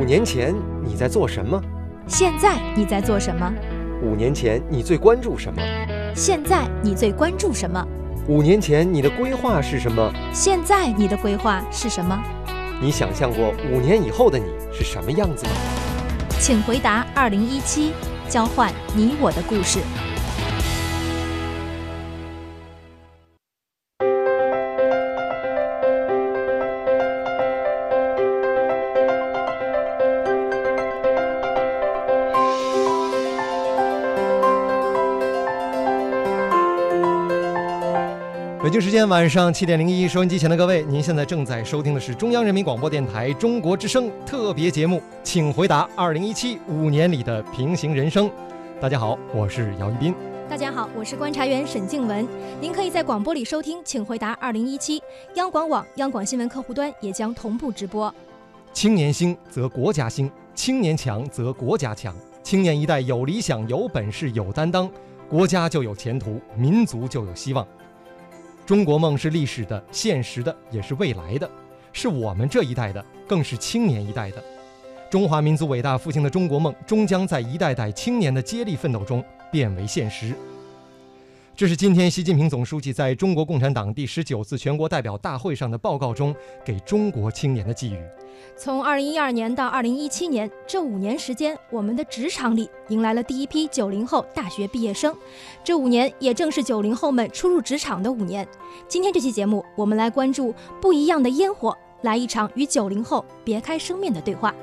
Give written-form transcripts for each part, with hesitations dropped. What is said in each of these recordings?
5年前你在做什么？ 现在你在做什么 ？5年前你最关注什么？ 现在你最关注什么 ？5年前你的规划是什么？ 现在你的规划是什么？ 你想象过5年以后的你是什么样子吗？ 请回答2017，交换你我的故事。 北京时间晚上7点01，收音机前的各位，您现在正在收听的是中央人民广播电台中国之声特别节目，请回答2017 5年里的平行人生。大家好，我是姚一斌。 大家好，我是观察员沈静文。您可以在广播里收听请回答2017，央广网、央广新闻客户端也将同步直播。 青年兴则国家兴，青年强则国家强。青年一代有理想、有本事、有担当，国家就有前途，民族就有希望。中国梦是历史的、现实的，也是未来的，是我们这一代的，更是青年一代的。中华民族伟大复兴的中国梦，终将在一代代青年的接力奋斗中变为现实。这是今天习近平总书记在中国共产党第19次全国代表大会上的报告中给中国青年的寄语。 从2012年到2017年这5年时间，我们的职场里迎来了第一批90后大学毕业生。这5年也正是90后们初入职场的5年。今天这期节目，我们来关注不一样的烟火，来一场与90后别开生面的对话。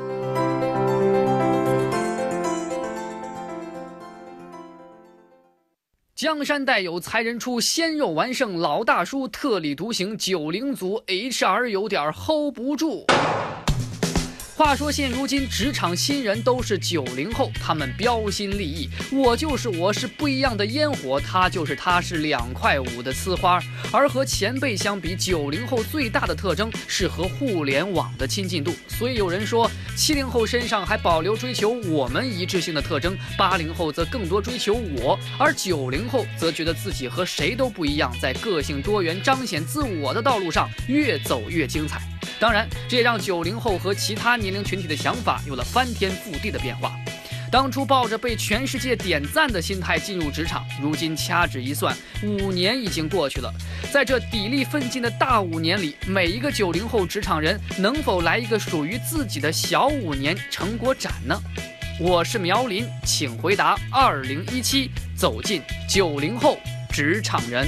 江山代有才人出，鲜肉完胜老大叔，特立独行90组 HR 有点 hold 不住。话说现如今职场新人都是90后，他们标新立异，我就是我，是不一样的烟火，他就是他，是2块5的呲花。而和前辈相比，90后最大的特征是和互联网的亲近度。所以有人说70后身上还保留追求我们一致性的特征，80后则更多追求我，而90后则觉得自己和谁都不一样，在个性多元彰显自我的道路上越走越精彩。当然，这也让90后和其他年龄群体的想法有了翻天覆地的变化。当初抱着被全世界点赞的心态进入职场，如今掐指一算，5年已经过去了。在这砥砺奋进的大5年里，每一个90后职场人能否来一个属于自己的小5年成果展呢？我是苗林，请回答2017，走进90后职场人。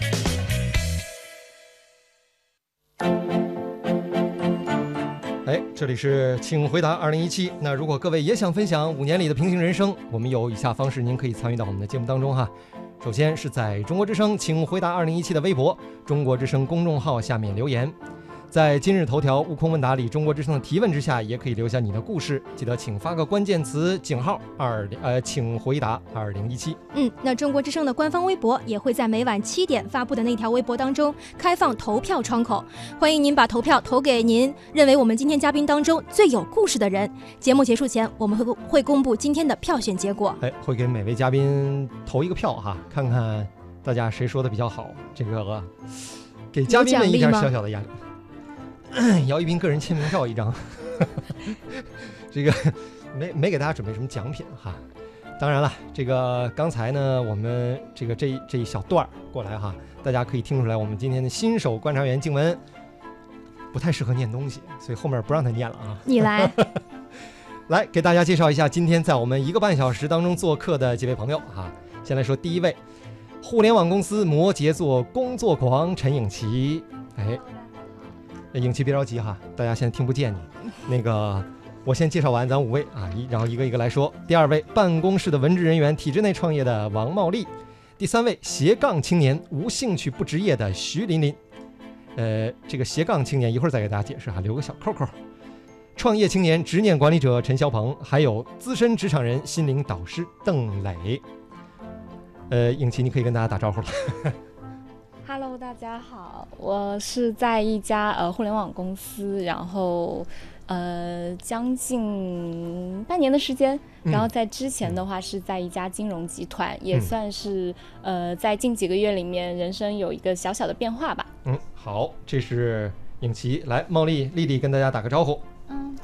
这里是请回答2017。那如果各位也想分享5年里的平行人生，我们有以下方式您可以参与到我们的节目当中哈。首先是在中国之声请回答2017的微博、中国之声公众号下面留言，在今日头条悟空问答里中国之声的提问之下也可以留下你的故事，记得请发个关键词井号请回答2017。 那中国之声的官方微博也会在每晚7点发布的那条微博当中开放投票窗口，欢迎您把投票投给您认为我们今天嘉宾当中最有故事的人。节目结束前我们会公布今天的票选结果， 会给每位嘉宾投一个票哈，看看大家谁说的比较好，这个给嘉宾们一点小小的压力。姚一斌个人签名照1张这个没给大家准备什么奖品哈。当然了，这个刚才呢我们这一小段过来哈，大家可以听出来我们今天的新手观察员静文不太适合念东西，所以后面不让他念了啊。 你来来给大家介绍一下今天在我们1个半小时当中做客的几位朋友哈。先来说第一位，互联网公司摩羯座工作狂陈颖琪。颖琪别着急哈，大家现在听不见你。那个我先介绍完咱5位啊，然后一个一个来说。第2位，办公室的文职人员，体制内创业的王茂丽。第3位，斜杠青年，无兴趣不职业的徐琳琳。这个斜杠青年一会儿再给大家解释哈，留个小扣扣。创业青年，执念管理者陈霄鹏，还有资深职场人、心灵导师邓磊。颖琪，你可以跟大家打招呼了。 Hello， 大家好，我是在一家互联网公司，然后将近半年的时间，然后在之前的话是在一家金融集团，也算是在近几个月里面人生有一个小小的变化吧。 好，这是颖琪，来，茂丽、丽丽跟大家打个招呼。 大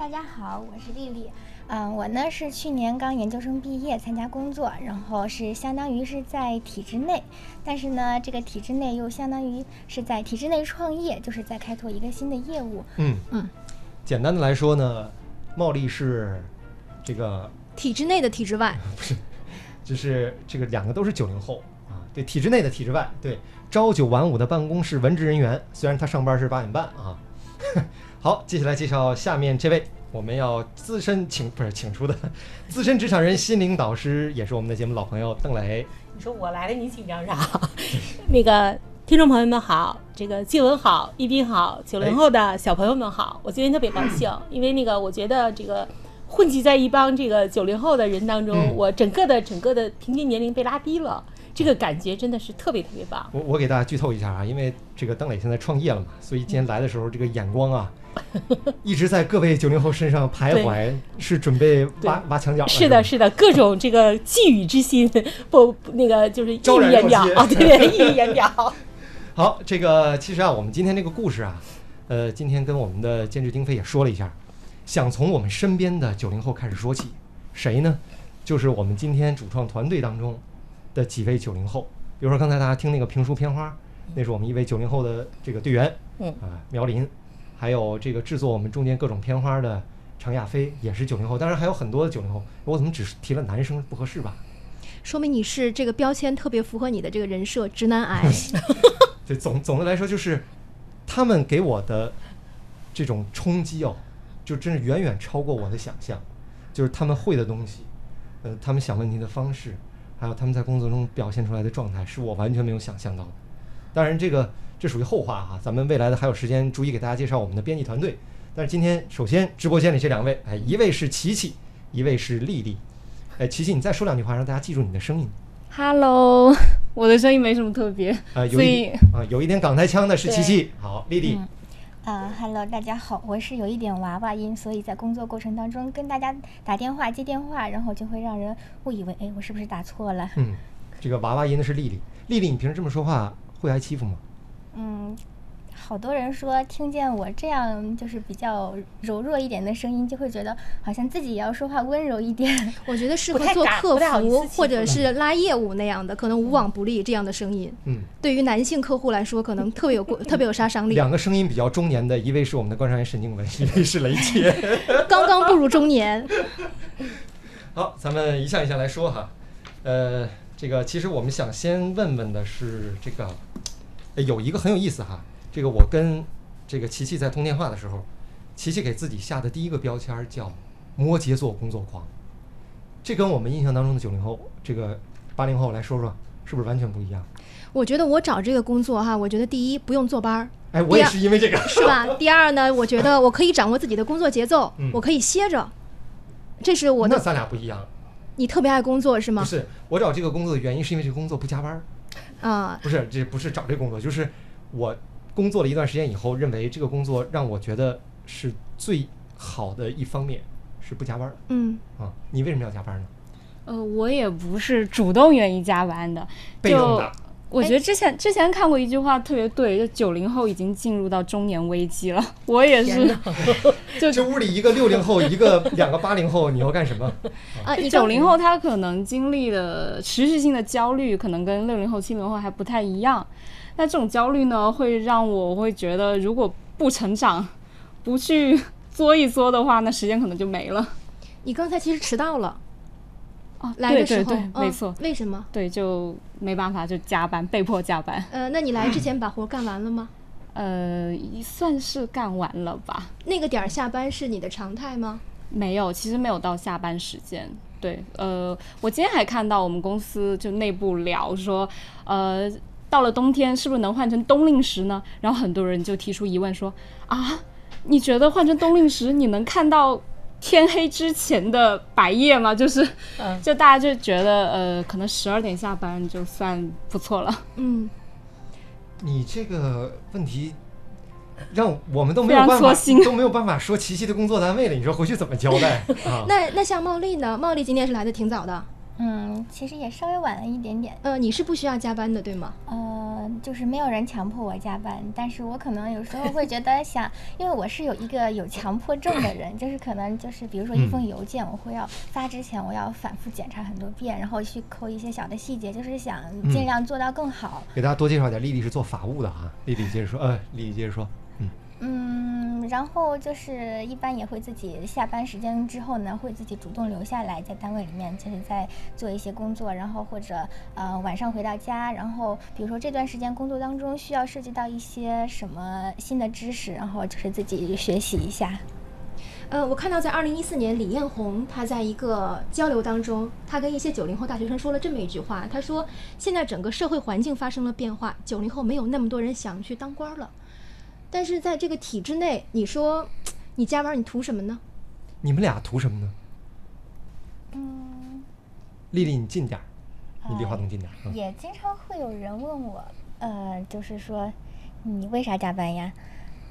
大家好，我是丽丽。我呢是去年刚研究生毕业参加工作，然后是相当于是在体制内，但是呢这个体制内又相当于是在体制内创业，就是在开拓一个新的业务。 简单的来说呢，茂丽是这个体制内的体制外， 不是，就是这个两个都是90后啊，对，体制内的体制外，对，朝9晚5的办公室文职人员，虽然他上班是8点半啊。好，接下来介绍下面这位我们要请出的资深职场人、心灵导师，也是我们的节目老朋友邓磊。 你说我来了，你紧张啥？那个听众朋友们好，这个静文好，一斌好，90后的小朋友们好，我今天特别高兴，因为那个我觉得这个混迹在一帮这个90后的人当中，我整个的平均年龄被拉低了。这个感觉真的是特别特别棒。 我给大家剧透一下啊，因为这个邓磊现在创业了嘛，所以今天来的时候，这个眼光啊，一直在各位90后身上徘徊，是准备挖墙角了。 是的，各种这个觊觎之心，不，那个就是溢于言表啊，对，溢于言表。 好，这个其实啊，我们今天这个故事啊，今天跟我们的监制丁飞也说了一下，想从我们身边的90后开始说起，谁呢？就是我们今天主创团队当中的几位90后，比如说刚才大家听那个评书片花，那是我们一位90后的这个队员，苗林，还有这个制作我们中间各种片花的常亚飞也是90后，当然还有很多的90后，我怎么只提了男生，不合适吧？ 说明你是这个标签特别符合你的这个人设，直男癌。 对，总的来说就是他们给我的这种冲击哦，就真是远远超过我的想象，就是他们会的东西，他们想问题的方式，还有他们在工作中表现出来的状态，是我完全没有想象到的。当然这属于后话哈，咱们未来的还有时间逐一给大家介绍我们的编辑团队。但是今天首先直播间里这两位，一位是琪琪，一位是丽丽。琪琪，你再说两句话让大家记住你的声音。 Hello， 我的声音没什么特别， 有一点港台腔的是琪琪。好，丽丽。 Hello， 大家好，我是有一点娃娃音，所以在工作过程当中跟大家打电话接电话，然后就会让人误以为我是不是打错了。 这个娃娃音的是丽丽。丽丽，你平时这么说话会挨欺负吗？ 好多人说听见我这样就是比较柔弱一点的声音，就会觉得好像自己也要说话温柔一点。 我觉得适合做客服或者是拉业务那样的，可能无往不利这样的声音。对于男性客户来说，可能特别有杀伤力。 两个声音比较中年的，一位是我们的观察员沈静文，一位是雷杰， 刚刚步入中年。 好，咱们一项一项来说哈。这个其实我们想先问问的是这个，有一个很有意思哈。这个我跟这个琪琪在通电话的时候，琪琪给自己下的第一个标签叫摩羯座工作狂，这跟我们印象当中的90后这个80后来说说是不是完全不一样？ 我觉得我找这个工作哈，我觉得第一不用坐班， 我也是因为这个是吧？第二呢，我觉得我可以掌握自己的工作节奏，我可以歇着，这是我的。 那咱俩不一样。 你特别爱工作是吗？ 不是，我找这个工作的原因是因为这个工作不加班啊。不是，这不是找这个工作，就是我工作了一段时间以后，认为这个工作让我觉得是最好的一方面是不加班的。你为什么要加班呢？ 我也不是主动愿意加班的， 被动的。 我觉得之前看过一句话特别对，就90后已经进入到中年危机了。我也是， 这屋里一个60后，两个80后，你要干什么 ？90后他可能经历的持续性的焦虑，可能跟60后、70后还不太一样。那这种焦虑呢，会让我会觉得，如果不成长，不去作一作的话，那时间可能就没了。 你刚才其实迟到了。来的时候， 对，没错。 为什么？ 对，就没办法，就加班，被迫加班。 那你来之前把活干完了吗？ 算是干完了吧。 那个点下班是你的常态吗？ 没有，其实没有到下班时间。对，我今天还看到我们公司就内部聊说，到了冬天是不是能换成冬令时呢？然后很多人就提出疑问说，你觉得换成冬令时你能看到天黑之前的白夜吗？就大家就觉得可能12点下班就算不错了。 你这个问题让我们都没有办法说琪琪的工作单位了，你说回去怎么交代？ 那像茂丽呢？茂丽今天是来的挺早的。 其实也稍微晚了一点点。 你是不需要加班的，对吗？ 就是没有人强迫我加班，但是我可能有时候会觉得想，因为我是有一个有强迫症的人，就是可能就是比如说一封邮件，我会要发之前我要反复检查很多遍，然后去抠一些小的细节，就是想尽量做到更好。 给大家多介绍点，丽丽是做法务的哈。丽丽接着说， 然后就是一般也会自己下班时间之后呢，会自己主动留下来，在单位里面就是在做一些工作，然后或者晚上回到家，然后比如说这段时间工作当中需要涉及到一些什么新的知识，然后就是自己学习一下。 我看到在2014年，李彦宏他在一个交流当中，他跟一些90后大学生说了这么一句话，他说现在整个社会环境发生了变化，90后没有那么多人想去当官了。但是在这个体制内，你说你加班你图什么呢？ 你们俩图什么呢？丽丽你近点，你离话筒近点。 也经常会有人问我，就是说你为啥加班呀？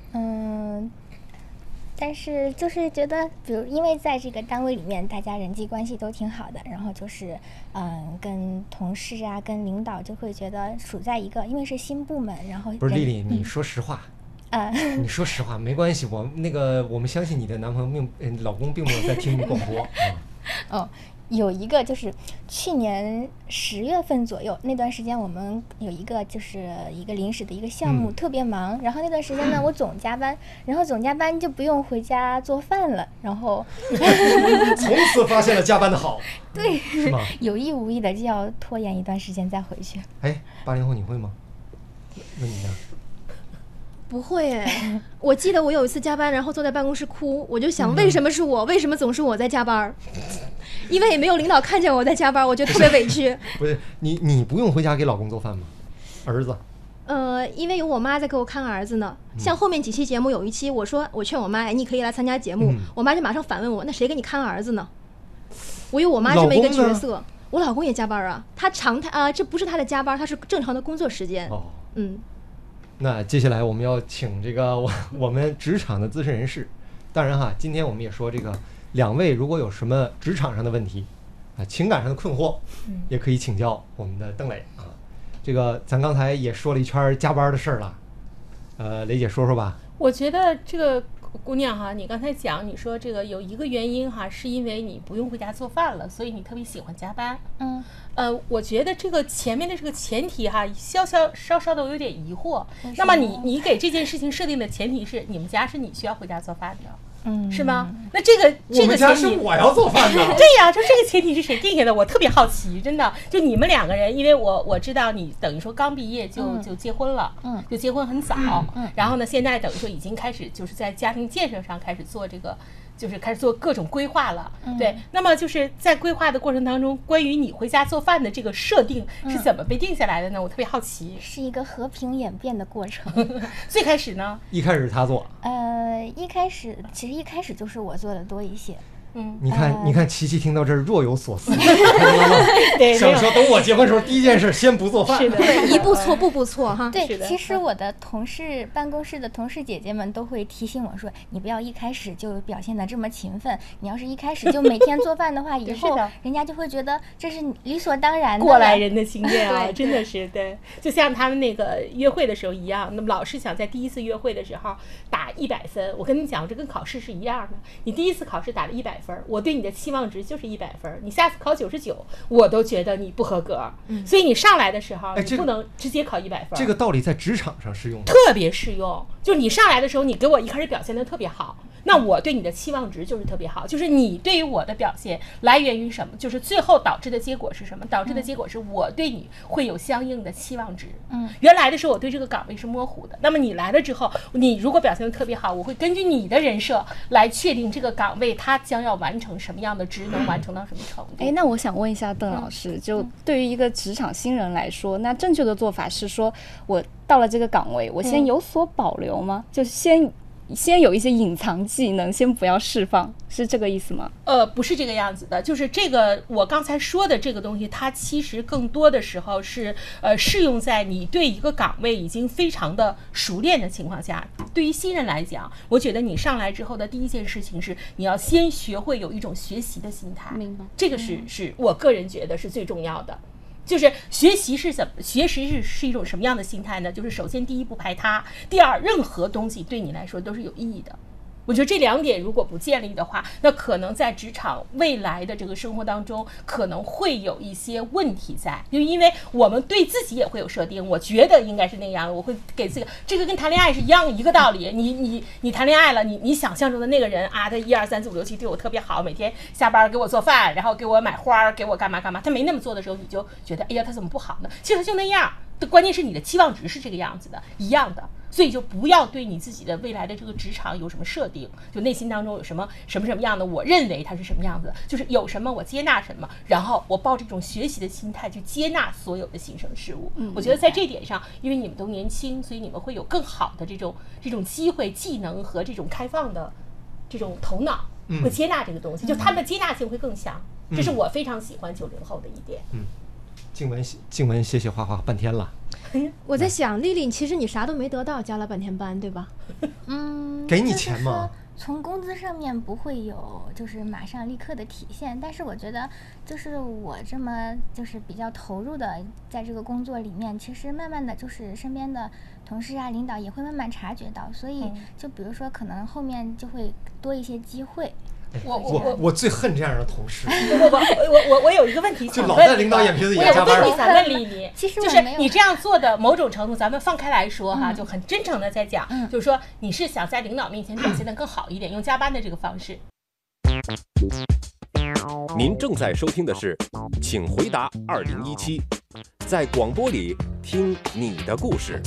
但是就是觉得，比如因为在这个单位里面，大家人际关系都挺好的，然后就是跟同事啊、跟领导就会觉得处在一个，因为是新部门，然后不是丽丽，你说实话。你说实话没关系，我们相信你的男朋友老公并没有在听你广播。 有一个就是去年10月份左右那段时间，我们有一个就是一个临时的一个项目，特别忙。然后那段时间呢，我总加班，然后总加班就不用回家做饭了。然后从此发现了加班的好。 对， 是吗？ 有意无意的就要拖延一段时间再回去。 80后你会吗？那你呢？ 不会哎，我记得我有一次加班，然后坐在办公室哭，我就想为什么是我，为什么总是我在加班？因为也没有领导看见我在加班，我觉得特别委屈。 不是你不用回家给老公做饭吗？儿子？ 因为有我妈在给我看儿子呢。像后面几期节目有一期，我说我劝我妈，你可以来参加节目，我妈就马上反问我，那谁给你看儿子呢？我有我妈这么一个角色，我老公也加班啊，他这不是他的加班，他是正常的工作时间。 那接下来我们要请这个我们职场的资深人士，当然哈，今天我们也说这个2位如果有什么职场上的问题情感上的困惑，也可以请教我们的邓磊啊。这个咱刚才也说了一圈加班的事儿了，雷姐说说吧。 我觉得这个姑娘哈，你刚才讲你说这个有一个原因哈，是因为你不用回家做饭了，所以你特别喜欢加班。我觉得这个前面的这个前提哈，稍稍的我有点疑惑。那么你给这件事情设定的前提是你们家是你需要回家做饭的，是吗？那这个我们家是我要做饭的。 对呀，就这个前提是谁定下的？我特别好奇，真的。就你们2个人，因为我知道你等于说刚毕业就结婚了，就结婚很早，然后呢，现在等于说已经开始就是在家庭建设上开始做这个。就是开始做各种规划了，对。那么就是在规划的过程当中，关于你回家做饭的这个设定是怎么被定下来的呢？我特别好奇。 是一个和平演变的过程。 最开始呢？ 一开始他做。 其实一开始就是我做的多一些。 你看，琪琪听到这儿若有所思，想说等我结婚时候第一件事先不做饭， 是的，对，一步错步步错哈。 对，其实我的办公室的同事姐姐们都会提醒我说，你不要一开始就表现得这么勤奋，你要是一开始就每天做饭的话，以后人家就会觉得这是理所当然的。 过来人的经验啊，真的是对，就像他们那个约会的时候一样，那么老是想在第一次约会的时候打100分。我跟你讲，这跟考试是一样的，你第一次考试打了100分。我对你的期望值就是100分，你下次考99，我都觉得你不合格。所以你上来的时候，你不能直接考100分。 这个道理在职场上适用， 特别适用。就是你上来的时候，你给我一开始表现的特别好，那我对你的期望值就是特别好。就是你对于我的表现来源于什么？就是最后导致的结果是什么？导致的结果是我对你会有相应的期望值。原来的时候我对这个岗位是模糊的，那么你来了之后，你如果表现的特别好，我会根据你的人设来确定这个岗位它将要完成什么样的职能，完成到什么程度。 那我想问一下邓老师，就对于一个职场新人来说，那正确的做法是说，我到了这个岗位，我先有所保留吗？就先先有一些隐藏技能，先不要释放，是这个意思吗？ 不是这个样子的，就是这个我刚才说的这个东西，它其实更多的时候是适用在你对一个岗位已经非常的熟练的情况下。对于新人来讲，我觉得你上来之后的第一件事情是你要先学会有一种学习的心态， 明白？ 这个是我个人觉得是最重要的。就是学习是一种什么样的心态呢？就是首先第一不排他，第二任何东西对你来说都是有意义的。我觉得这2点如果不建立的话，那可能在职场未来的这个生活当中可能会有一些问题在，就因为我们对自己也会有设定，我觉得应该是那样的，我会给自己，这个跟谈恋爱是一个道理。你谈恋爱了，你想象中的那个人啊，他1、2、3、4、5、6、7对我特别好，每天下班给我做饭，然后给我买花，给我干嘛干嘛，他没那么做的时候，你就觉得哎呀他怎么不好呢？其实他就那样，关键是你的期望值是这个样子的，一样的。所以就不要对你自己的未来的这个职场有什么设定，就内心当中有什么样的，我认为它是什么样子，就是有什么我接纳什么，然后我抱这种学习的心态去接纳所有的新生事物。我觉得在这点上，因为你们都年轻，所以你们会有更好的这种机会、技能和这种开放的这种头脑，会接纳这个东西，就他们的接纳性会更强。这是我非常喜欢90后的一点。 静文谢谢花花半天了。 我在想，丽丽，其实你啥都没得到，加了半天班，对吧？ 给你钱吗？ 从工资上面不会有就是马上立刻的体现，但是我觉得就是我这么就是比较投入的在这个工作里面，其实慢慢的就是身边的同事啊、领导也会慢慢察觉到，所以就比如说可能后面就会多一些机会。 我最恨这样的同事。 我有一个问题想问， 就老在领导眼皮子底下加班。 我有个问题想问丽丽， 其实就是你这样做的某种程度，咱们放开来说哈，就很真诚的在讲，就是说你是想在领导面前表现得更好一点，用加班的这个方式。 您正在收听的是《请回答2017》，在广播里听你的故事。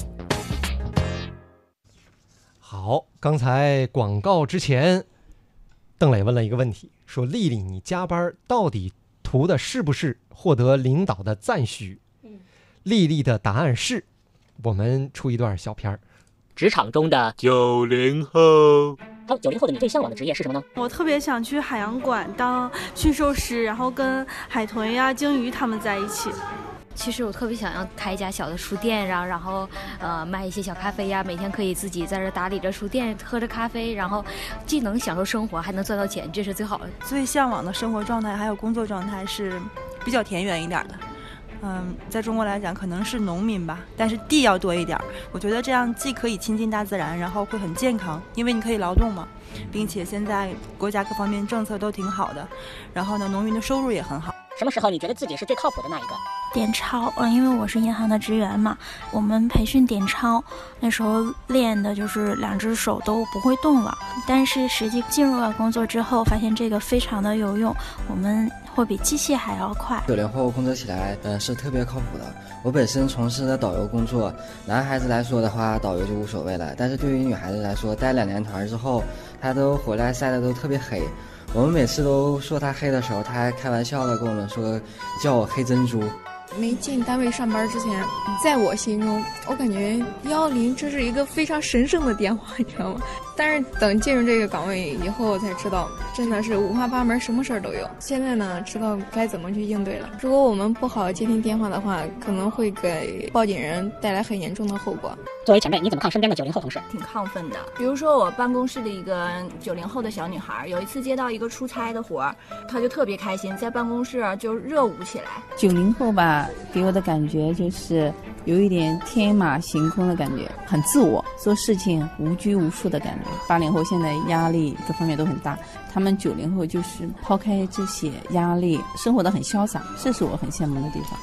好，刚才广告之前，邓磊问了一个问题，说丽丽你加班到底图的是不是获得领导的赞许？丽丽的答案是，我们出一段小片儿。 职场中的 90后。 好，90后的你最向往的职业是什么呢？ 我特别想去海洋馆当驯兽师，然后跟海豚呀、鲸鱼他们在一起。 其实我特别想要开一家小的书店，然后卖一些小咖啡呀，每天可以自己在这打理着书店，喝着咖啡，然后既能享受生活，还能赚到钱，这是最好的。 最向往的生活状态还有工作状态是比较田园一点的。在中国来讲可能是农民吧，但是地要多一点。我觉得这样既可以亲近大自然，然后会很健康，因为你可以劳动嘛，并且现在国家各方面政策都挺好的，然后呢，农民的收入也很好。 什么时候你觉得自己是最靠谱的那一个？ 点钞，因为我是银行的职员嘛，我们培训点钞，那时候练的就是2只手都不会动了，但是实际进入了工作之后，发现这个非常的有用，我们会比机械还要快。 90后工作起来，是特别靠谱的。我本身从事的导游工作，男孩子来说的话，导游就无所谓了，但是对于女孩子来说，带2年团之后，她都回来晒得都特别黑。我们每次都说她黑的时候，她还开玩笑的跟我们说，叫我黑珍珠。 没进单位上班之前，在我心中，我感觉110这是一个非常神圣的电话，你知道吗？但是等进入这个岗位以后，才知道真的是五花八门，什么事儿都有。现在呢，知道该怎么去应对了。如果我们不好接听电话的话，可能会给报警人带来很严重的后果。 作为前辈，你怎么看身边的90后同事？ 挺亢奋的。比如说我办公室的一个90后的小女孩，有一次接到一个出差的活儿，她就特别开心，在办公室就热舞起来。 90后吧，给我的感觉就是有一点天马行空的感觉，很自我，做事情无拘无束的感觉。80后现在压力各方面都很大，他们90后就是抛开这些压力，生活得很潇洒，这是我很羡慕的地方。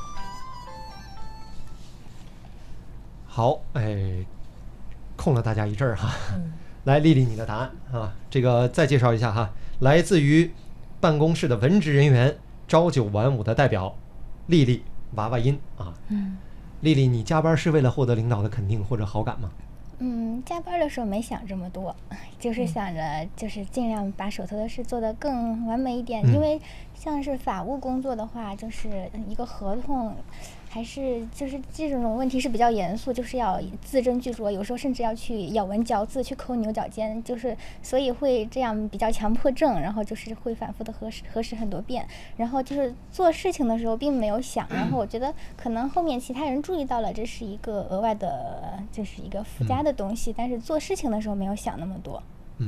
好，空了大家一阵儿哈。来，丽丽你的答案啊，这个再介绍一下哈，来自于办公室的文职人员，朝9晚5的代表丽丽娃娃音啊。丽丽，你加班是为了获得领导的肯定或者好感吗？ 加班的时候没想这么多，就是想着就是尽量把手头的事做得更完美一点。因为像是法务工作的话，就是一个合同还是就是这种问题是比较严肃，就是要字斟句酌，有时候甚至要去咬文嚼字，去抠牛角尖，就是所以会这样比较强迫症，然后就是会反复的核实很多遍，然后就是做事情的时候并没有想，然后我觉得可能后面其他人注意到了这是一个额外的，就是一个附加的东西，但是做事情的时候没有想那么多。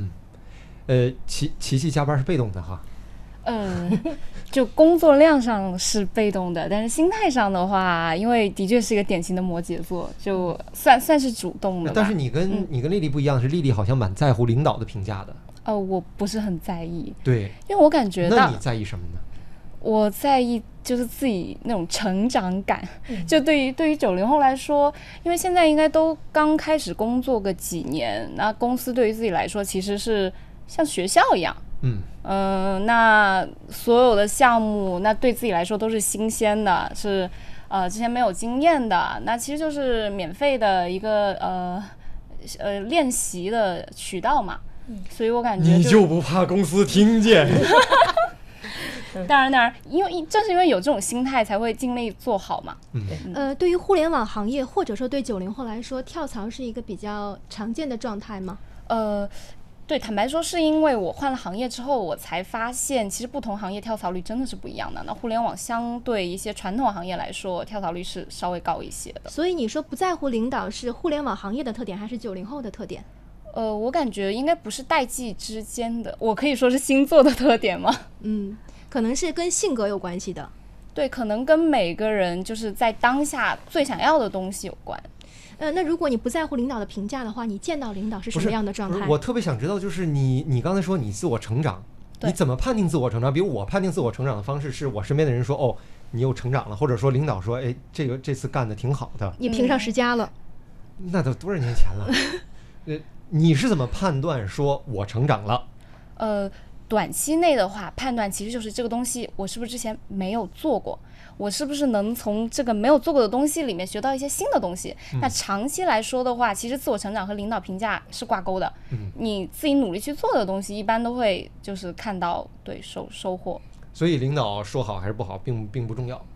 琪加班是被动的哈。 就工作量上是被动的，但是心态上的话，因为的确是一个典型的摩羯座，就算是主动的吧。 但是你跟丽丽不一样，是丽丽好像蛮在乎领导的评价的。 我不是很在意。 对， 因为我感觉到。 那你在意什么呢？ 我在意就是自己那种成长感。就对于90后来说，因为现在应该都刚开始工作个几年，那公司对于自己来说其实是像学校一样。那所有的项目，那对自己来说都是新鲜的，是之前没有经验的，那其实就是免费的一个练习的渠道嘛。所以我感觉你就不怕公司听见？ 当然，因为正是因为有这种心态，才会尽力做好嘛。 对于互联网行业，或者说对90后来说，跳槽是一个比较常见的状态吗？ 对，坦白说是因为我换了行业之后，我才发现其实不同行业跳槽率真的是不一样的。那互联网相对一些传统行业来说，跳槽率是稍微高一些的。 所以你说不在乎领导是互联网行业的特点，还是90后的特点？ 我感觉应该不是代际之间的，我可以说是星座的特点吗？ 可能是跟性格有关系的。 对，可能跟每个人就是在当下最想要的东西有关。 那如果你不在乎领导的评价的话，你见到领导是什么样的状态？ 我特别想知道，就是你刚才说你自我成长，你怎么判定自我成长？比如我判定自我成长的方式是我身边的人说哦，你又成长了，或者说领导说哎，这次干的挺好的， 你评上10佳了。 那都多少年前了？你是怎么判断说我成长了？ 短期内的话，判断其实就是这个东西我是不是之前没有做过，我是不是能从这个没有做过的东西里面学到一些新的东西。那长期来说的话，其实自我成长和领导评价是挂钩的。你自己努力去做的东西，一般都会就是看到收获。 所以领导说好还是不好并不重要。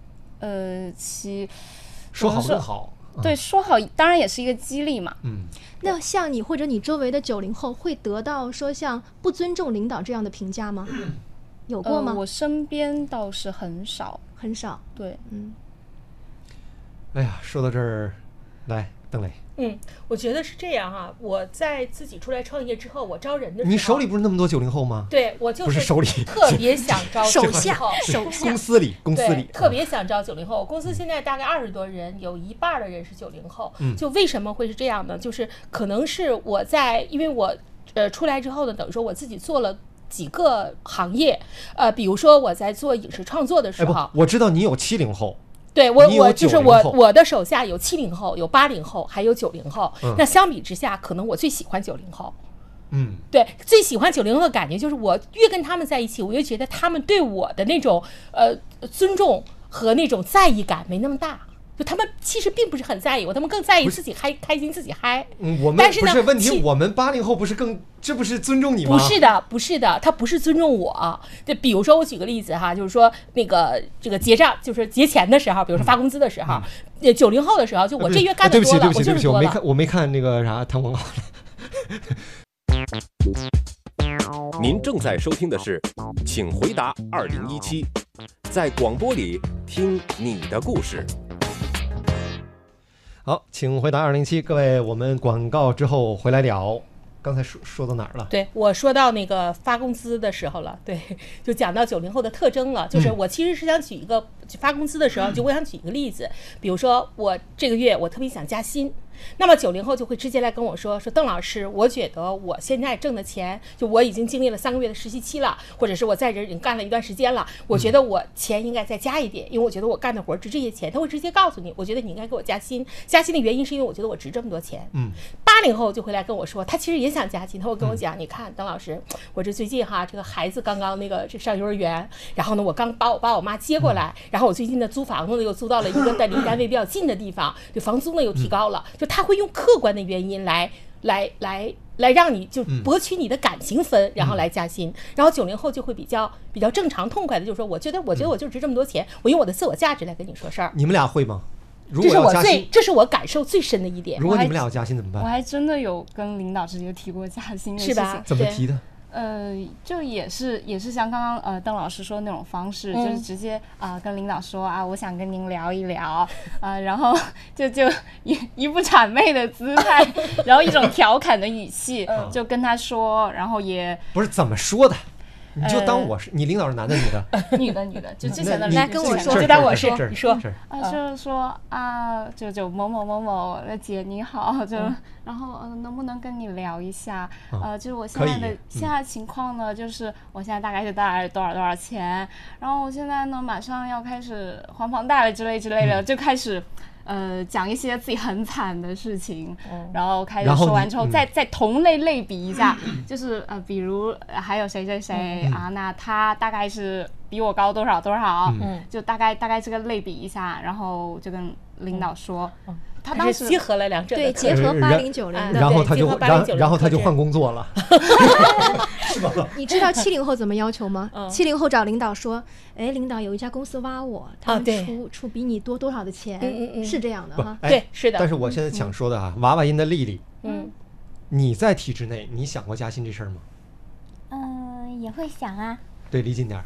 说好更好。 对，说好当然也是一个激励嘛。 那像你或者你周围的90后会得到说像不尊重领导这样的评价吗？有过吗？ 我身边倒是很少。 对， 哎呀，说到这儿，来，邓磊。 我觉得是这样哈。我在自己出来创业之后，我招人的时候， 你手里不是那么多90后吗？ 对，我就是不是手里， 特别想招手下， 公司里特别想招90后。公司现在大概20多人，有一半的人是90后。就为什么会是这样呢？就是可能是我因为我出来之后呢，等于说我自己做了几个行业，比如说我在做影视创作的时候， 我知道你有70后。 对，我就是我的手下有70后，有80后，还有90后。那相比之下，可能我最喜欢90后。对，最喜欢90后的感觉就是，我越跟他们在一起，我越觉得他们对我的那种尊重和那种在意感没那么大。就他们其实并不是很在意我，他们更在意自己开心，自己嗨。 我们但是呢，不是问题，我们80后不是这不是尊重你吗？ 不是的，他不是尊重我。就比如说我举个例子哈，就是说这个结账，就是结钱的时候，比如说发工资的时候，90后的时候，就我这月干的多了， 对不起，我没看那个啥谈广告。 您正在收听的是《请回答2017》，在广播里听你的故事。 好，请回答2017。各位，我们广告之后回来聊。刚才说到哪儿了？ 对，我说到那个发工资的时候了。对，就讲到90后的特征了。就是我其实是想举一个发工资的时候，我想举一个例子，比如说我这个月我特别想加薪。那么90后就会直接来跟我说邓老师，我觉得我现在挣的钱，就我已经经历了3个月的实习期了，或者是我在这已经干了一段时间了，我觉得我钱应该再加一点，因为我觉得我干的活值这些钱。他会直接告诉你，我觉得你应该给我加薪。加薪的原因是因为我觉得我值这么多钱。80后就会来跟我说，他其实也想加薪，他会跟我讲，你看邓老师，我这最近哈，这个孩子刚刚这上幼儿园，然后呢我刚把我妈接过来，然后我最近的租房子呢又租到了一个离单位比较近的地方，就房租呢又提高了，就他会用客观的原因来让你就博取你的感情分，然后来加薪。然后90后就会比较正常痛快的，就是说我觉得我就值这么多钱，我用我的自我价值来跟你说事儿。 你们俩会吗？ 如果要加薪， 这是我感受最深的一点。 如果你们俩要加薪怎么办？ 我还真的有跟领导直接提过加薪的事情， 是吧？ 怎么提的？ 就也是像刚刚邓老师说的那种方式，就是直接跟领导说我想跟您聊一聊然后就一副谄媚的姿态，然后一种调侃的语气就跟他说，然后也不是怎么说的。你就当我是你领导是男的女的？ 女的，就之前的来跟我说， 就当我是你说就是说就某某某某的姐你好，然后能不能跟你聊一下？就是我现在情况呢，就是我现在大概是带来多少钱，然后我现在呢马上要开始还房贷了之类的，就开始。讲一些自己很惨的事情，然后开始说完之后，再同类比一下，就是比如还有谁那他大概是比我高多少，就大概这个类比一下，然后就跟领导说。他当时结合了两者， 对，结合8090的， 然后他就换工作了，是吧？ 你知道70后怎么要求吗？70后找领导说，哎，领导有一家公司挖我，他们出比你多少的钱，是这样的哈。 对，是的。 但是我现在想说的娃娃音的丽丽，你在体制内，你想过加薪这事儿吗？ 也会想啊。 对，离近点儿。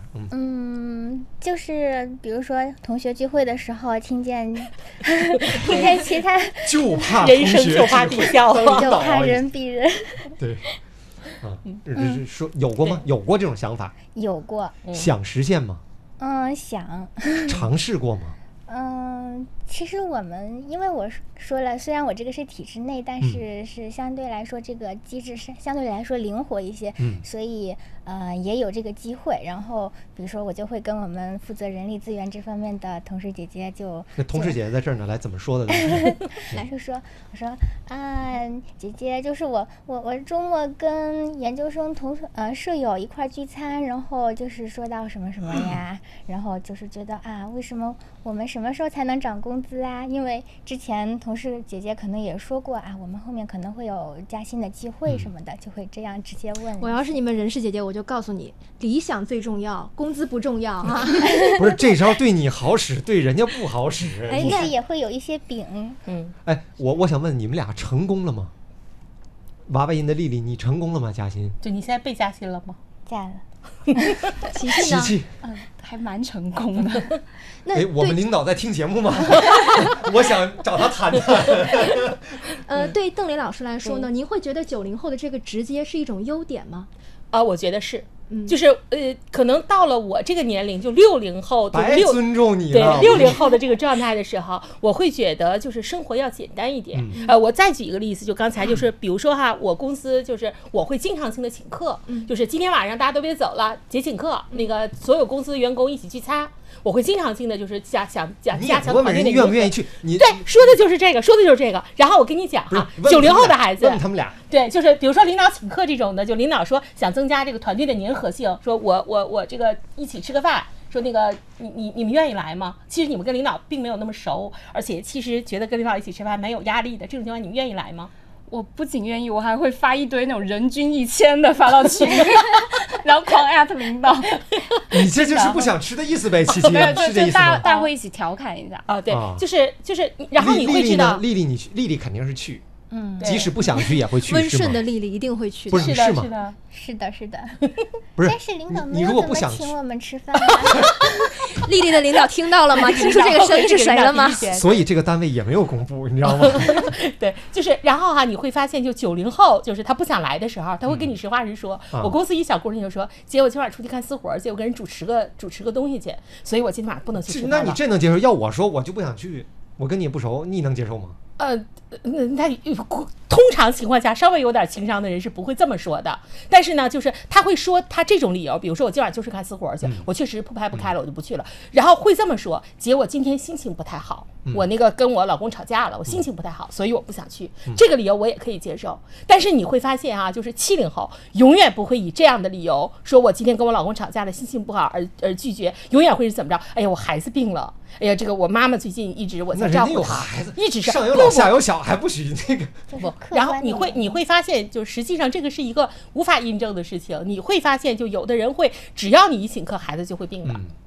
就是比如说同学聚会的时候，听见其他， 就怕人生就怕比较， 就怕人比人。 对，说有过吗？有过这种想法？ 有过。 想实现吗？ 想。 尝试过吗？ 其实我们因为我说了，虽然我这个是体制内，但是是相对来说这个机制是相对来说灵活一些，所以也有这个机会。然后比如说我就会跟我们负责人力资源这方面的同事姐姐那同事姐姐在这儿呢，来怎么说的呢？ 来说我说姐姐，就是我周末跟研究生舍友一块聚餐，然后就是说到什么什么呀，然后就是觉得为什么我们什么时候才能涨工资啊？因为之前同事姐姐可能也说过我们后面可能会有加薪的机会什么的，就会这样直接问。 我要是你们人事姐姐，我就告诉你，理想最重要，工资不重要啊。 不是，这招对你好使，对人家不好使。 其实也会有一些饼。 我想问你们俩成功了吗？娃娃音的丽丽，你成功了吗？加薪？ 就你现在被加薪了吗？ 加了。 琪琪呢？ 还蛮成功的。 我们领导在听节目吗？我想找他谈谈。 对邓磊老师来说呢，您会觉得90后的这个直接是一种优点吗？ 我觉得是。就是可能到了我这个年龄，就60后， 白尊重你了。对，60后的这个状态的时候，我会觉得就是生活要简单一点。我再举一个例子，就刚才就是比如说我公司就是我会经常性的请客，就是今天晚上大家都别走了，节请客，那个所有公司员工一起聚餐。我会经常性的就是加强团队的。 你愿不愿意去？ 对，说的就是这个。然后我跟你讲90后的孩子， 问他们俩， 对，就是比如说领导请客这种的，就领导说想增加这个团队的粘合性，说我这个一起吃个饭，说那个你们愿意来吗？其实你们跟领导并没有那么熟，而且其实觉得跟领导一起吃饭没有压力的这种情况，你们愿意来吗？ 我不仅愿意，我还会发一堆那种人均1000的发到群里，然后狂@领导。 你这就是不想吃的意思呗，琪琪，是这意思吗？ 大家会一起调侃一下。 对，就是，然后你会知道， 丽丽肯定是去。即使不想去也会去。 温顺的丽丽一定会去。 不是是吗？ 是的。 不是， 但是领导没有怎么请我们吃饭。 丽丽的领导听到了吗？听出这个声音是谁了吗？ 所以这个单位也没有公布，你知道吗？ 对，就是然后你会发现，就90后，就是他不想来的时候，他会跟你实话实说。我公司一小姑娘就说：“姐，我今晚出去看私活，姐，我跟人主持个东西去，所以我今晚不能去吃饭了。” 那你这能接受？要我说，我就不想去，我跟你也不熟，你能接受吗？ 那通常情况下稍微有点情商的人是不会这么说的，但是呢，就是他会说他这种理由，比如说我今晚就是看私活去，我确实不拍不开了，我就不去了，然后会这么说：姐，我今天心情不太好，我那个跟我老公吵架了，我心情不太好，所以我不想去。这个理由我也可以接受，但是你会发现就是70后永远不会以这样的理由说我今天跟我老公吵架了，心情不好而拒绝，永远会是怎么着？哎呀，我孩子病了，哎呀，这个我妈妈最近一直我在照顾她，一直是上有老下有小，还不许那个不。然后你会发现，就实际上这个是一个无法印证的事情。你会发现，就有的人会，只要你一请客，孩子就会病了。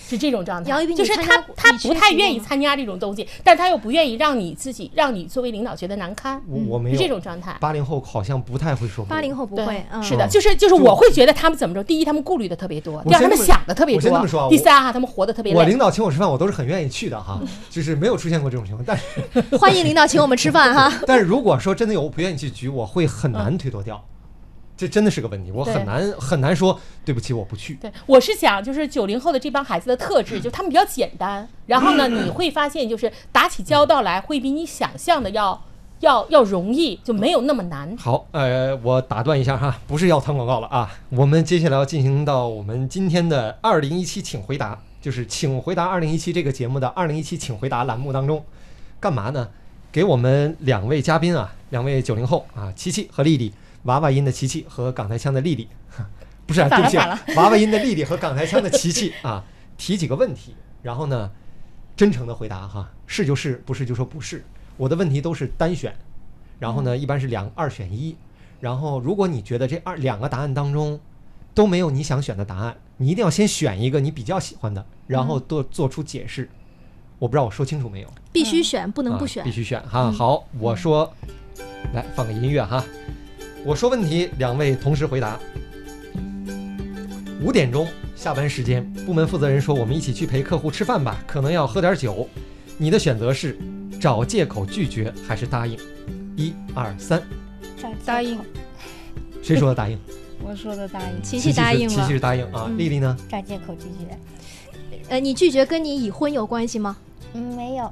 是这种状态。 杨玉斌， 就是他不太愿意参加这种东西，但他又不愿意让你作为领导觉得难堪。 我没有是这种状态。 80后好像不太会说不。 80后不会， 是的，就是我会觉得他们怎么着？第一，他们顾虑的特别多；第二，他们想的特别多；第三他们活得特别累。 我领导请我吃饭，我都是很愿意去的哈，就是没有出现过这种情况。但是欢迎领导请我们吃饭哈。 但是如果说真的有我不愿意去局，我会很难推脱掉。这真的是个问题，我很难说对不起我不去。 对，我是想就是90后的这帮孩子的特质，就他们比较简单，然后呢，你会发现就是打起交道来会比你想象的要容易，就没有那么难。 好，我打断一下哈，不是要谈广告了啊，我们接下来要进行到我们今天的2017请回答，就是请回答2017这个节目的2017请回答栏目当中，干嘛呢？给我们2位嘉宾啊，2位90后啊，琪琪和丽丽。娃娃音的琪琪和港台腔的丽丽，不是，对不起，娃娃音的丽丽和港台腔的琪琪啊，提几个问题，然后呢，真诚的回答哈，是就是，不是就说不是。我的问题都是单选，然后呢，一般是2选1，然后如果你觉得这2个答案当中都没有你想选的答案，你一定要先选一个你比较喜欢的，然后做出解释。我不知道我说清楚没有？ 必须选，不能不选。 必须选哈。好，我说，来放个音乐哈。我说问题，2位同时回答。5点钟下班时间，部门负责人说我们一起去陪客户吃饭吧，可能要喝点酒。你的选择是找借口拒绝还是答应？1、2、3。 答应。 谁说的答应？ 我说的答应。 琪琪答应了。 琪琪是答应啊，丽丽呢？ 找借口拒绝。 你拒绝跟你已婚有关系吗？ 没有。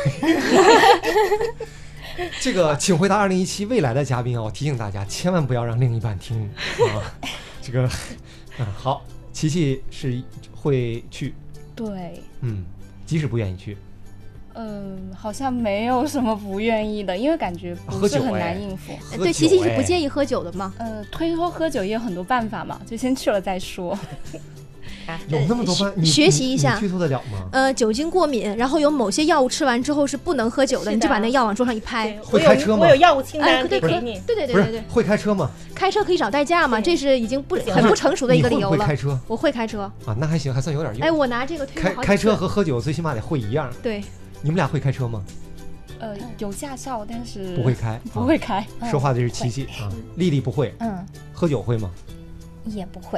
这个请回答2017未来的嘉宾啊，我提醒大家千万不要让另一半听啊。这个好，琪琪是会去。 对。 即使不愿意去。 好像没有什么不愿意的，因为感觉不是很难应付。 对，琪琪是不介意喝酒的吗？ 推脱喝酒也有很多办法嘛，就先去了再说。 有那么多办法， 学习一下， 你推脱得了吗？ 酒精过敏，然后有某些药物吃完之后是不能喝酒的，你就把那药往桌上一拍。 会开车吗？ 我有药物清单可以给你。 对。 不是会开车吗？ 开车可以找代驾嘛？这是已经很不成熟的一个理由了。 你会开车？ 我会开车啊，那还行，还算有点用。 我拿这个推了好几次。 开车和喝酒最起码得会一样。 对。 你们俩会开车吗？ 有驾照，但是不会开。 不会开。 说话的是琪琪啊，丽丽不会。喝酒会吗？ 也不会。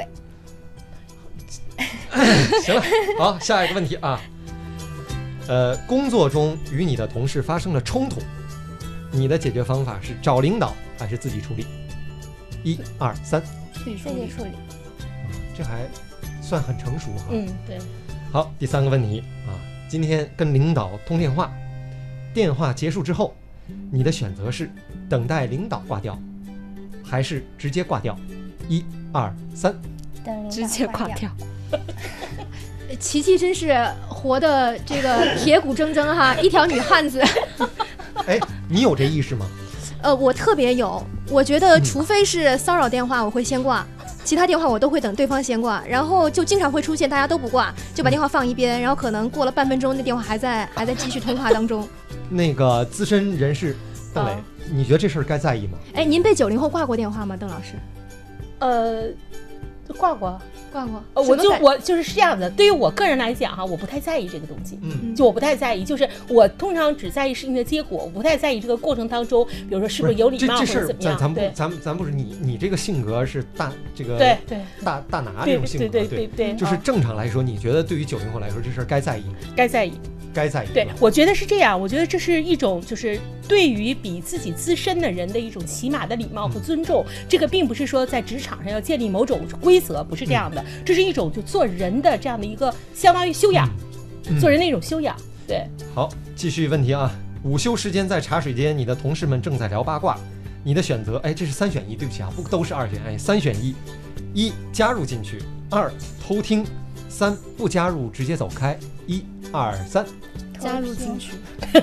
行了，好，下一个问题啊。工作中与你的同事发生了冲突，你的解决方法是找领导还是自己处理？1、2、3。 自己处理。 这还算很成熟哈。 对。 好，第3个问题啊，今天跟领导通电话，电话结束之后，你的选择是等待领导挂掉，还是直接挂掉？1、2、3。 直接挂掉。 琪琪真是活的这个铁骨铮铮哈，一条女汉子。 你有这意识吗？ 我特别有，我觉得除非是骚扰电话我会先挂，其他电话我都会等对方先挂，然后就经常会出现大家都不挂，就把电话放一边，然后可能过了半分钟，那电话还在继续通话当中。那个资深人士邓磊，你觉得这事儿该在意吗？ 您被90后挂过电话吗，邓老师？ 挂过。 我就是这样的。对于我个人来讲哈，我不太在意这个东西。就我不太在意，就是我通常只在意事情的结果，我不太在意这个过程当中，比如说是不是有礼貌或者怎么样。 咱不是你这个性格是大拿这种性格， 对， 就是正常来说，你觉得对于90后来说这事儿该在意吗？ 该在意。对，我觉得是这样。我觉得这是一种就是对于比自己资深的人的一种起码的礼貌和尊重。这个并不是说在职场上要建立某种规则，不是这样的。这是一种就做人的这样的一个相当于修养，做人的一种修养。对。好， 继续问题啊。午休时间在茶水间，你的同事们正在聊八卦，你的选择，这是3选1，对不起啊，不都是2选，3选1。1加入进去，2偷听，3不加入直接走开。1、2、3。 加入进去。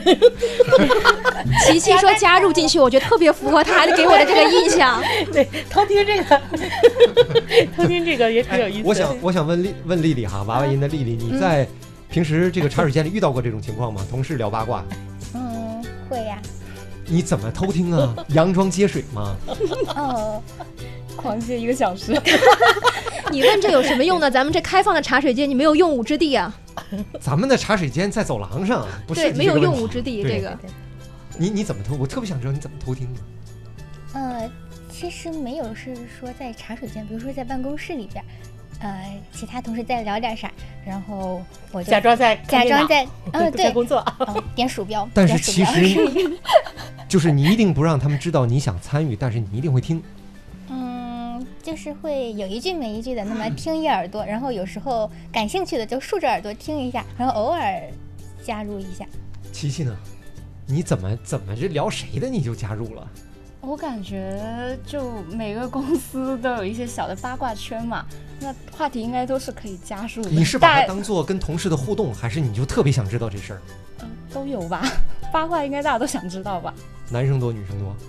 琪琪说加入进去，我觉得特别符合他给我的这个印象。 对，偷听这个也挺有意思。 我想问丽丽哈，娃娃音的丽丽，你在平时这个茶水间里遇到过这种情况吗？同事聊八卦？ 会呀。 你怎么偷听啊？佯装接水吗？ 狂接1个小时。 你问这有什么用呢？咱们这开放的茶水间，你没有用武之地啊。 咱们的茶水间在走廊上，不是对，没有用武之地。这个， 你怎么偷？我特别想知道你怎么偷听的。 其实没有，是说在茶水间，比如说在办公室里边，其他同事在聊点啥，然后我就假装在对工作， 点鼠标。 但是其实就是你一定不让他们知道你想参与，但是你一定会听。 就是会有一句没一句的，那么听一耳朵，然后有时候感兴趣的就竖着耳朵听一下，然后偶尔加入一下。 琪琪呢？你怎么是聊谁的你就加入了？ 我感觉就每个公司都有一些小的八卦圈嘛，那话题应该都是可以加入的。 你是把它当做跟同事的互动，还是你就特别想知道这事儿？ 都有吧，八卦应该大家都想知道吧。 男生多女生多？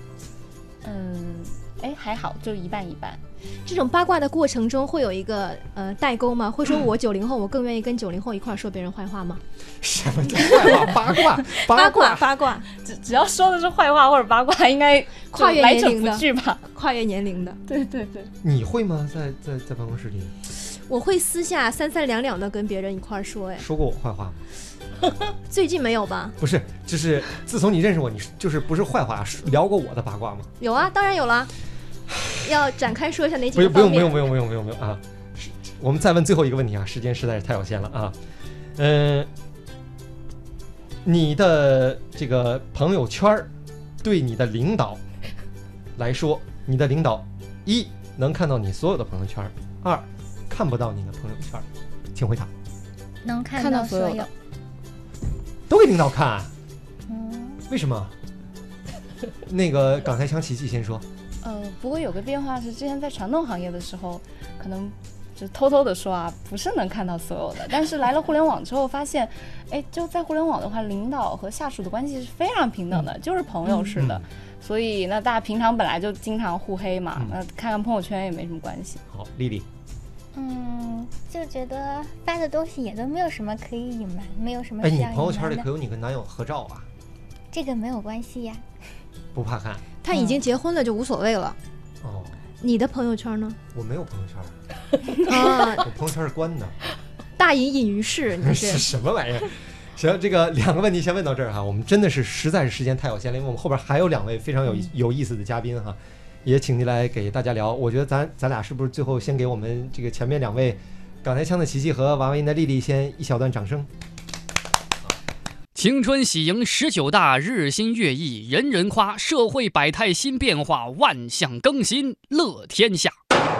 还好，就一半一半。 这种八卦的过程中会有一个代沟吗？会说我90后，我更愿意跟90后一块说别人坏话吗？ 什么叫坏话？八卦， 只要说的是坏话或者八卦，应该跨越年龄的来者不拒吧？ 跨越年龄的， 对。 你会吗？在办公室里？ 我会私下三三两两的跟别人一块说。 说过我坏话吗？ 最近没有吧？ 不是，就是自从你认识我，你就是不是坏话，聊过我的八卦吗？ 有啊，当然有了。要展开说一下哪几个方面？ 不用啊！我们再问最后一个问题啊，时间实在是太有限了啊。你的这个朋友圈对你的领导来说，你的领导一能看到你所有的朋友圈，二看不到你的朋友圈，请回答。 能看到所有， 都给领导看。为什么？那个港台腔琪琪先说。 不过有个变化是，之前在传统行业的时候，可能就偷偷的说啊，不是能看到所有的。但是来了互联网之后，发现，就在互联网的话，领导和下属的关系是非常平等的，就是朋友似的。所以那大家平常本来就经常互黑嘛，那看看朋友圈也没什么关系。 好，丽丽。 就觉得发的东西也都没有什么可以隐瞒，没有什么需要隐瞒的。 你朋友圈里可有你跟男友合照啊？ 这个没有关系呀。 不怕看？ 他已经结婚了就无所谓了。你的朋友圈呢？ 我没有朋友圈我朋友圈是关的。 大隐隐于市，你是什么玩意儿？行，这个两个问题先问到这儿哈。我们真的是实在是时间太有限了，因为我们后边还有2位非常有意思的嘉宾哈，也请您来给大家聊。我觉得咱俩是不是最后先给我们这个前面2位港台腔的琪琪和娃娃音的丽丽先一小段掌声。 青春喜迎19大，日新月异人人夸，社会百态新变化，万象更新乐天下。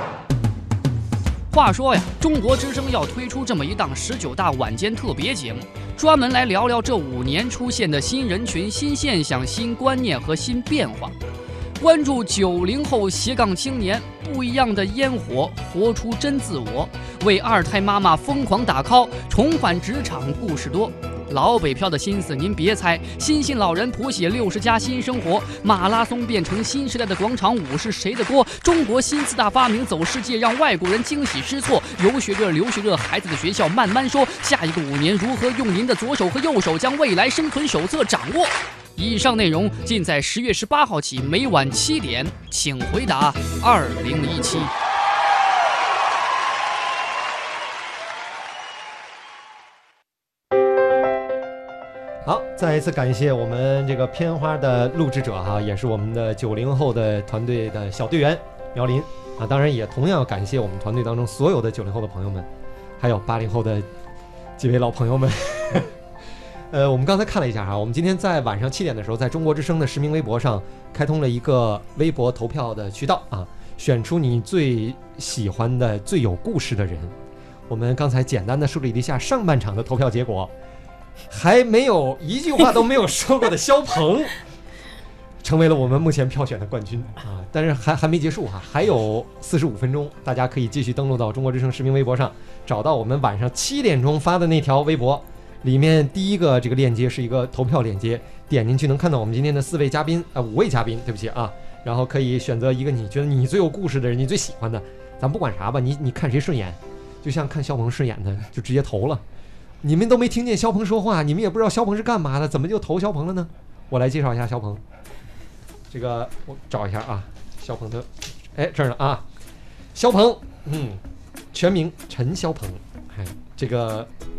话说呀，中国之声要推出这么一档19大晚间特别节目，专门来聊聊这5年出现的新人群、新现象、新观念和新变化，关注90后斜杠青年不一样的烟火，活出真自我，为2胎妈妈疯狂打 call， 重返职场故事多。老北漂的心思您别猜，新晋老人谱写60加新生活，马拉松变成新时代的广场舞是谁的锅？中国新4大发明走世界，让外国人惊喜失措。游学热留学热，孩子的学校慢慢说。下一个5年如何用您的左手和右手将未来生存手册掌握？以上内容尽在10月18号起每晚7点，请回答2017。 好，再一次感谢我们这个片花的录制者哈，也是我们的90后的团队的小队员苗林啊，当然也同样感谢我们团队当中所有的90后的朋友们，还有80后的几位老朋友们。我们刚才看了一下哈，我们今天在晚上7点的时候，在中国之声的实名微博上开通了一个微博投票的渠道啊，选出你最喜欢的、最有故事的人。我们刚才简单的梳理了一下上半场的投票结果。还没有一句话都没有说过的肖鹏成为了我们目前票选的冠军啊！但是还没结束哈，还有45分钟，大家可以继续登录到中国之声实名微博上，找到我们晚上7点钟发的那条微博，里面第一个这个链接是一个投票链接，点进去能看到我们今天的5位嘉宾对不起啊，然后可以选择一个你觉得你最有故事的人，你最喜欢的，咱不管啥吧，你看谁顺眼，就像看肖鹏顺眼的就直接投了。你们都没听见肖鹏说话，你们也不知道肖鹏是干嘛的，怎么就投肖鹏了呢？我来介绍一下肖鹏。这个我找一下啊，肖鹏的，这儿呢啊，肖鹏，全名陈肖鹏，这个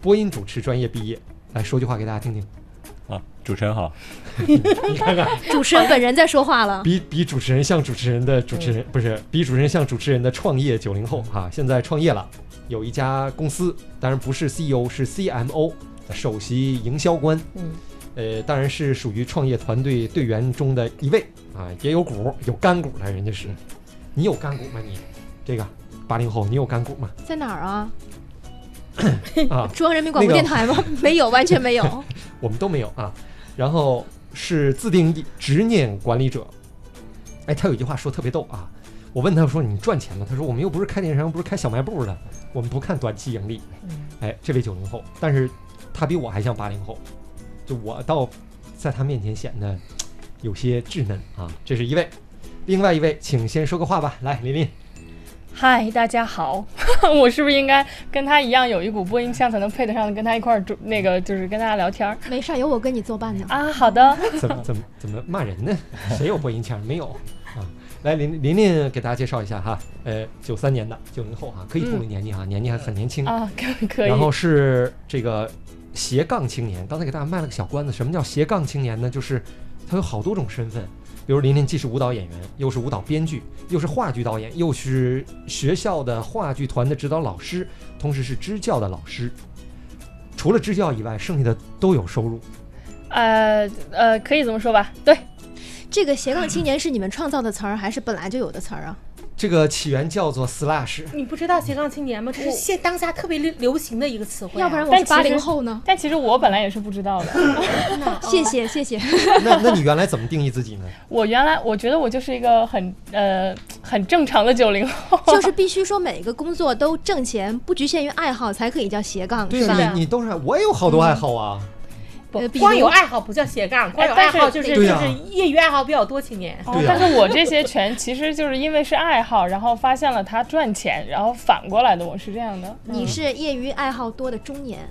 播音主持专业毕业，来说句话给大家听听。 啊，主持人好。 你看看， 主持人本人在说话了。 比主持人像主持人的主持人，不是比主持人像主持人的创业90后哈，现在创业了，有一家公司，当然不是 CEO， 是 CMO， 首席营销官。当然是属于创业团队队员中的一位啊，也有股有干股的，人家是。你有干股吗？你这个80后，你有干股吗？ 在哪儿啊？ 啊， 中央人民广播电台吗？没有，完全没有。 我们都没有啊。然后是自定义执念管理者。哎，他有一句话说特别逗啊。我问他说：“你赚钱吗？”他说：“我们又不是开电商，不是开小卖部的，我们不看短期盈利。”哎，这位90后，但是他比我还像80后，就我倒在他面前显得有些稚嫩啊。这是一位，另外一位，请先说个话吧。来，琳琳。 嗨，大家好，我是不是应该跟他一样有一股播音腔才能配得上跟他一块儿就是跟大家聊天？ 没事，有我跟你作伴呢。 啊，好的。 怎么骂人呢？谁有播音腔？没有啊。来，琳琳给大家介绍一下哈。93年的90后哈，可以透露年纪哈，年纪还很年轻啊，可以。 然后是这个斜杠青年，刚才给大家卖了个小关子，什么叫斜杠青年呢？就是他有好多种身份。比如琳琳既是舞蹈演员，又是舞蹈编剧，又是话剧导演，又是学校的话剧团的指导老师，同时是支教的老师。除了支教以外，剩下的都有收入。 可以这么说吧。对， 这个斜杠青年是你们创造的词儿，还是本来就有的词儿啊？ 这个起源叫做 slash。 你不知道斜杠青年吗？这是当下特别流行的一个词汇、 要不然我是80后呢？ 但其实我本来也是不知道的。 谢谢。 那你原来怎么定义自己呢？ 我觉得我就是一个很正常的90后， 就是必须说每个工作都挣钱，不局限于爱好才可以叫斜杠。 对啊，你都是，我也有好多爱好啊。 光有爱好不叫斜杠，光有爱好就是业余爱好比较多青年。 但是我这些全其实就是因为是爱好，然后发现了它赚钱，然后反过来的，我是这样的。 你是业余爱好多的中年。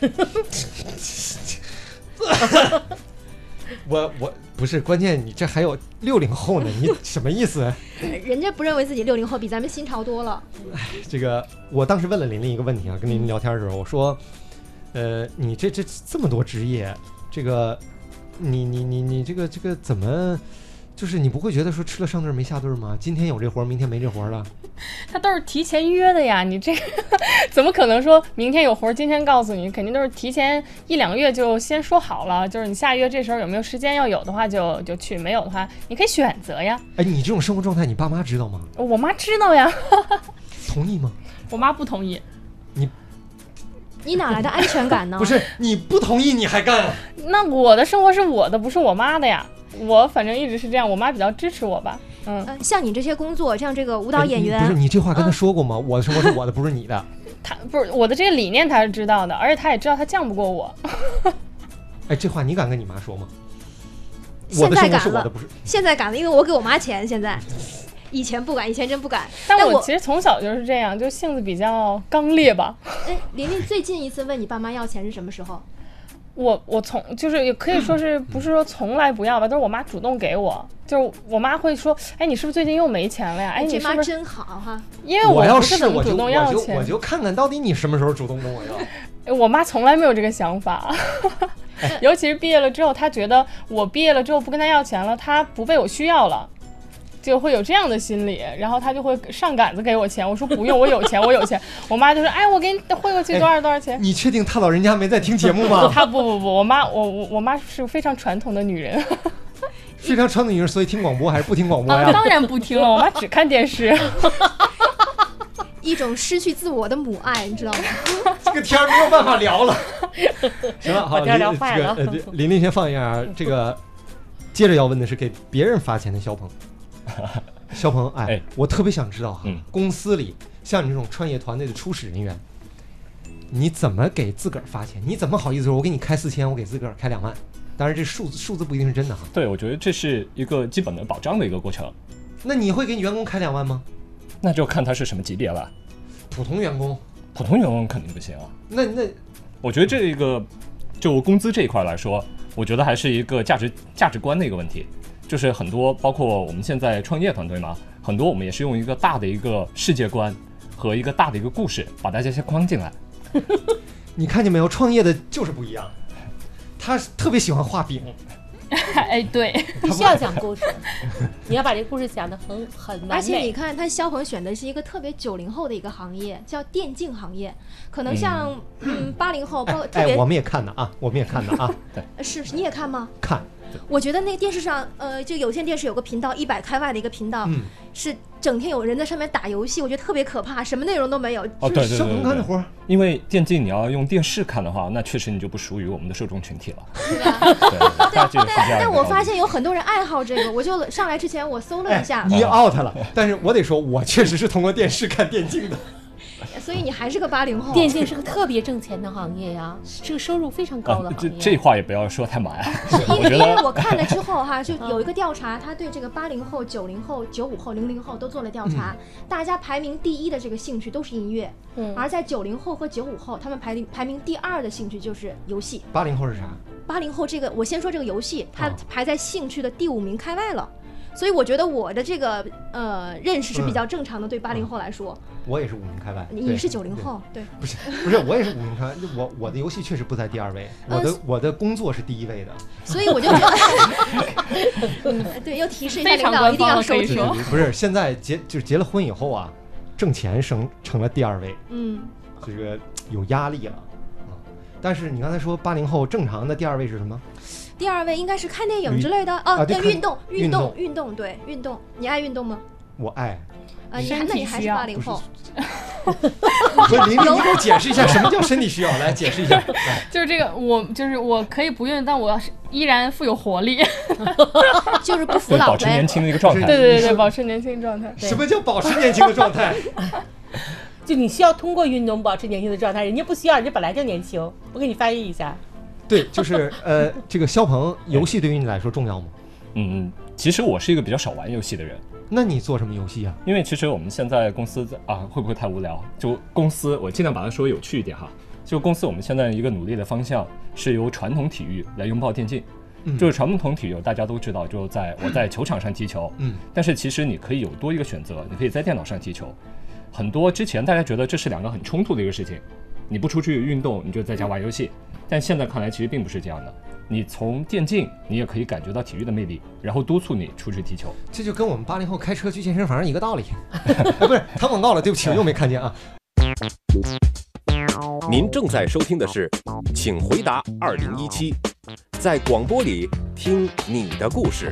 我不是，关键你这还有60后呢，你什么意思？ 人家不认为自己60后比咱们新潮多了。 这个我当时问了琳琳一个问题啊，跟琳琳聊天的时候，我说。你这么多职业，这个你这个怎么，就是你不会觉得说吃了上顿没下顿吗？今天有这活，明天没这活了？ 他都是提前约的呀，你这个怎么可能说明天有活，今天告诉你？肯定都是提前1-2个月就先说好了，就是你下月这时候有没有时间，要有的话就去，没有的话你可以选择呀。 哎，你这种生活状态，你爸妈知道吗？ 我妈知道呀。 同意吗？ 我妈不同意。 你哪来的安全感呢？ 不是你不同意你还干？ 那我的生活是我的，不是我妈的呀。我反正一直是这样，我妈比较支持我吧。 像你这些工作，像这个舞蹈演员， 不是你这话跟他说过吗？我的生活是我的，不是你的。 他不是我的这个理念，他是知道的，而且他也知道他降不过我。 哎，这话你敢跟你妈说吗？ 现在敢了， 不是现在敢了，因为我给我妈钱，现在。以前不敢，以前真不敢。 但我其实从小就是这样，就性子比较刚烈吧。 琳琳最近一次问你爸妈要钱是什么时候？ 我就是也可以说是不是说从来不要吧，都是我妈主动给我。就是我妈会说，哎，你是不是最近又没钱了呀？哎，你这妈真好哈。 因为我不是怎么主动要钱， 我就看看到底你什么时候主动跟我要。 我妈从来没有这个想法。尤其是毕业了之后，她觉得我毕业了之后不跟她要钱了，她不被我需要了。就会有这样的心理，然后他就会上杆子给我钱。我说不用，我有钱，我有钱。我妈就说，哎，我给你汇过去多少钱。 你确定他老人家没在听节目吗？ 他不，我妈是非常传统的女人。 非常传统的女人，所以听广播还是不听广播呀？ 当然不听了，我妈只看电视。 一种失去自我的母爱，你知道吗？ 这个天没有办法聊了。行了，好， 聊坏了。 琳琳先放一下这个。接着要问的是给别人发钱的肖鹏。肖鹏，哎，我特别想知道哈，公司里像你这种创业团队的初始人员，你怎么给自个儿发钱？你怎么好意思说我给你开4000，我给自个儿开2万？当然这数字不一定是真的哈。 对，我觉得这是一个基本的保障的一个过程。 那你会给你员工开2万吗？ 那就看他是什么级别了。 普通员工肯定不行啊。 那我觉得这一个就工资这一块来说，我觉得还是一个价值观的一个问题。就是很多包括我们现在创业团队嘛，很多我们也是用一个大的一个世界观和一个大的一个故事把大家先框进来。 你看见没有？创业的就是不一样，他特别喜欢画饼。 哎，对， 你需要讲故事，你要把这个故事讲得很完美。 而且你看，他肖鹏选的是一个特别90后的一个行业，叫电竞行业，可能像80后，特别我们也看的啊，我们也看的啊。 是你也看吗？ 看。 我觉得那电视上，就有线电视有个频道100开外的一个频道，是整天有人在上面打游戏，我觉得特别可怕，什么内容都没有。 哦，对， 肖鹏干的活。 因为电竞你要用电视看的话，那确实你就不属于我们的受众群体了。 对吧？但我发现有很多人爱好这个，我就上来之前我搜了一下， 你 out 了。但是我得说，我确实是通过电视看电竞的。 所以你还是个80后。 电竞是个特别挣钱的行业呀，是个收入非常高的行业。 这话也不要说太满。 因为我看了之后哈，就有一个调查，他对这个80后、90后、95后、00后都做了调查，大家排名第一的这个兴趣都是音乐，而在90后和95后，他们排名第2的兴趣就是游戏。 80后是啥 ？80后这个，我先说这个游戏，它排在兴趣的第5名开外了。所以我觉得我的这个认识是比较正常的，对80后来说。 我也是5名开外。 你是90后，对。 不是，我也是5名开外。我的游戏确实不在第2位，我的工作是第1位的。 所以我就觉得，对，又提示一下领导一定要收听。 不是，现在结了婚以后啊，挣钱成了第2位。这个有压力了啊。但是你刚才说80后正常的第2位是什么？ 第2位应该是看电影之类的哦，对，运动，对，运动，你爱运动吗？ 我爱。 那你还是80后。 不是，林，你给我解释一下什么叫身体需要，来解释一下。 就是这个，我可以不运，但我依然富有活力， 就是不服老， 保持年轻的一个状态。 对，保持年轻状态。 什么叫保持年轻的状态？ 就你需要通过运动保持年轻的状态，人家不需要，人家本来就年轻。我给你翻译一下。 对，就是这个肖鹏，游戏对于你来说重要吗？ 其实我是一个比较少玩游戏的人。 那你做什么游戏啊？ 因为其实我们现在公司会不会太无聊？就公司，我尽量把它说有趣一点哈。就公司我们现在一个努力的方向是由传统体育来拥抱电竞。就是传统体育大家都知道，就我在球场上踢球。但是其实你可以有多一个选择，你可以在电脑上踢球。很多之前大家觉得这是2个很冲突的一个事情，你不出去运动，你就在家玩游戏。但现在看来其实并不是这样的，你从电竞你也可以感觉到体育的魅力，然后督促你出去踢球。 这就跟我们80后开车去健身房一个道理。不是，谈广告了，对不起，我又没看见啊。 您正在收听的是《请回答2017》，在广播里听你的故事。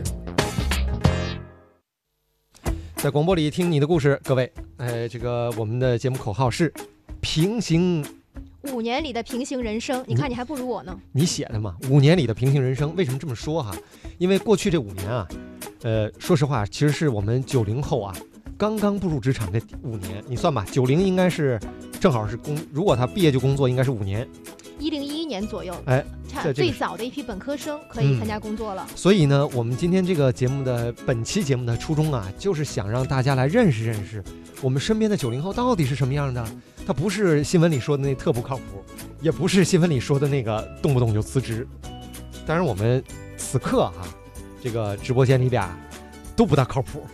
在广播里听你的故事，各位，这个我们的节目口号是平行 5年里的平行人生，你看你还不如我呢。 你写的嘛，5年里的平行人生，为什么这么说哈？因为过去这5年啊，说实话，其实是我们90后啊，刚刚步入职场这5年，你算吧，90应该是正好是如果他毕业就工作，应该是5年。 1011年左右，最早的一批本科生可以参加工作了。 所以呢，我们今天这个本期节目的初衷啊，就是想让大家来认识认识我们身边的90后到底是什么样的。他不是新闻里说的那特不靠谱，也不是新闻里说的那个动不动就辞职。当然，我们此刻这个直播间里俩都不大靠谱。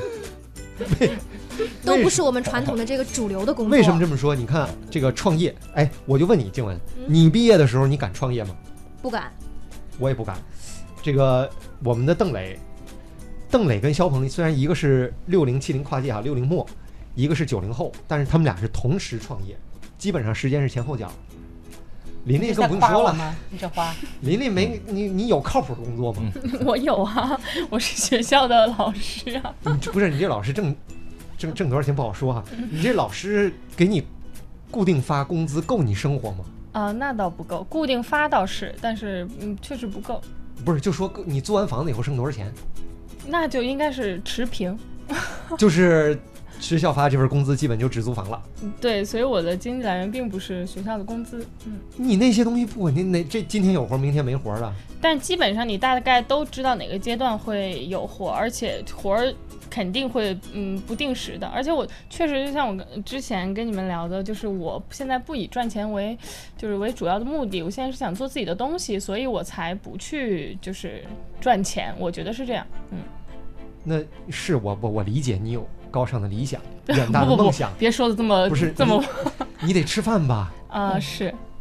都不是我们传统的这个主流的工作。 为什么这么说？你看这个创业，我就问你，静雯，你毕业的时候你敢创业吗？ 不敢。 我也不敢。这个我们的邓磊跟肖鹏虽然一个是60、70跨界60末，一个是90后，但是他们俩是同时创业，基本上时间是前后脚。琳琳更不用说了， 你这话， 琳琳没你有靠谱的工作吗？ 我有啊，我是学校的老师啊。 不是，你这老师挣多少钱不好说哈。你这老师给你固定发工资够你生活吗？ 那倒不够，固定发倒是，但是确实不够。 不是，就说你租完房子以后挣多少钱？ 那就应该是持平。 就是学校发这份工资基本就只租房了。 对，所以我的经济来源并不是学校的工资。 你那些东西不稳定，这今天有活明天没活了。 但基本上你大概都知道哪个阶段会有活，而且活肯定会不定时的。而且我确实就像我之前跟你们聊的，就是我现在不以赚钱为主要的目的，我现在是想做自己的东西，所以我才不去就是赚钱，我觉得是这样。 那是我理解你有高尚的理想，远大的梦想。 别说的这么不是这么，你得吃饭吧？ 是。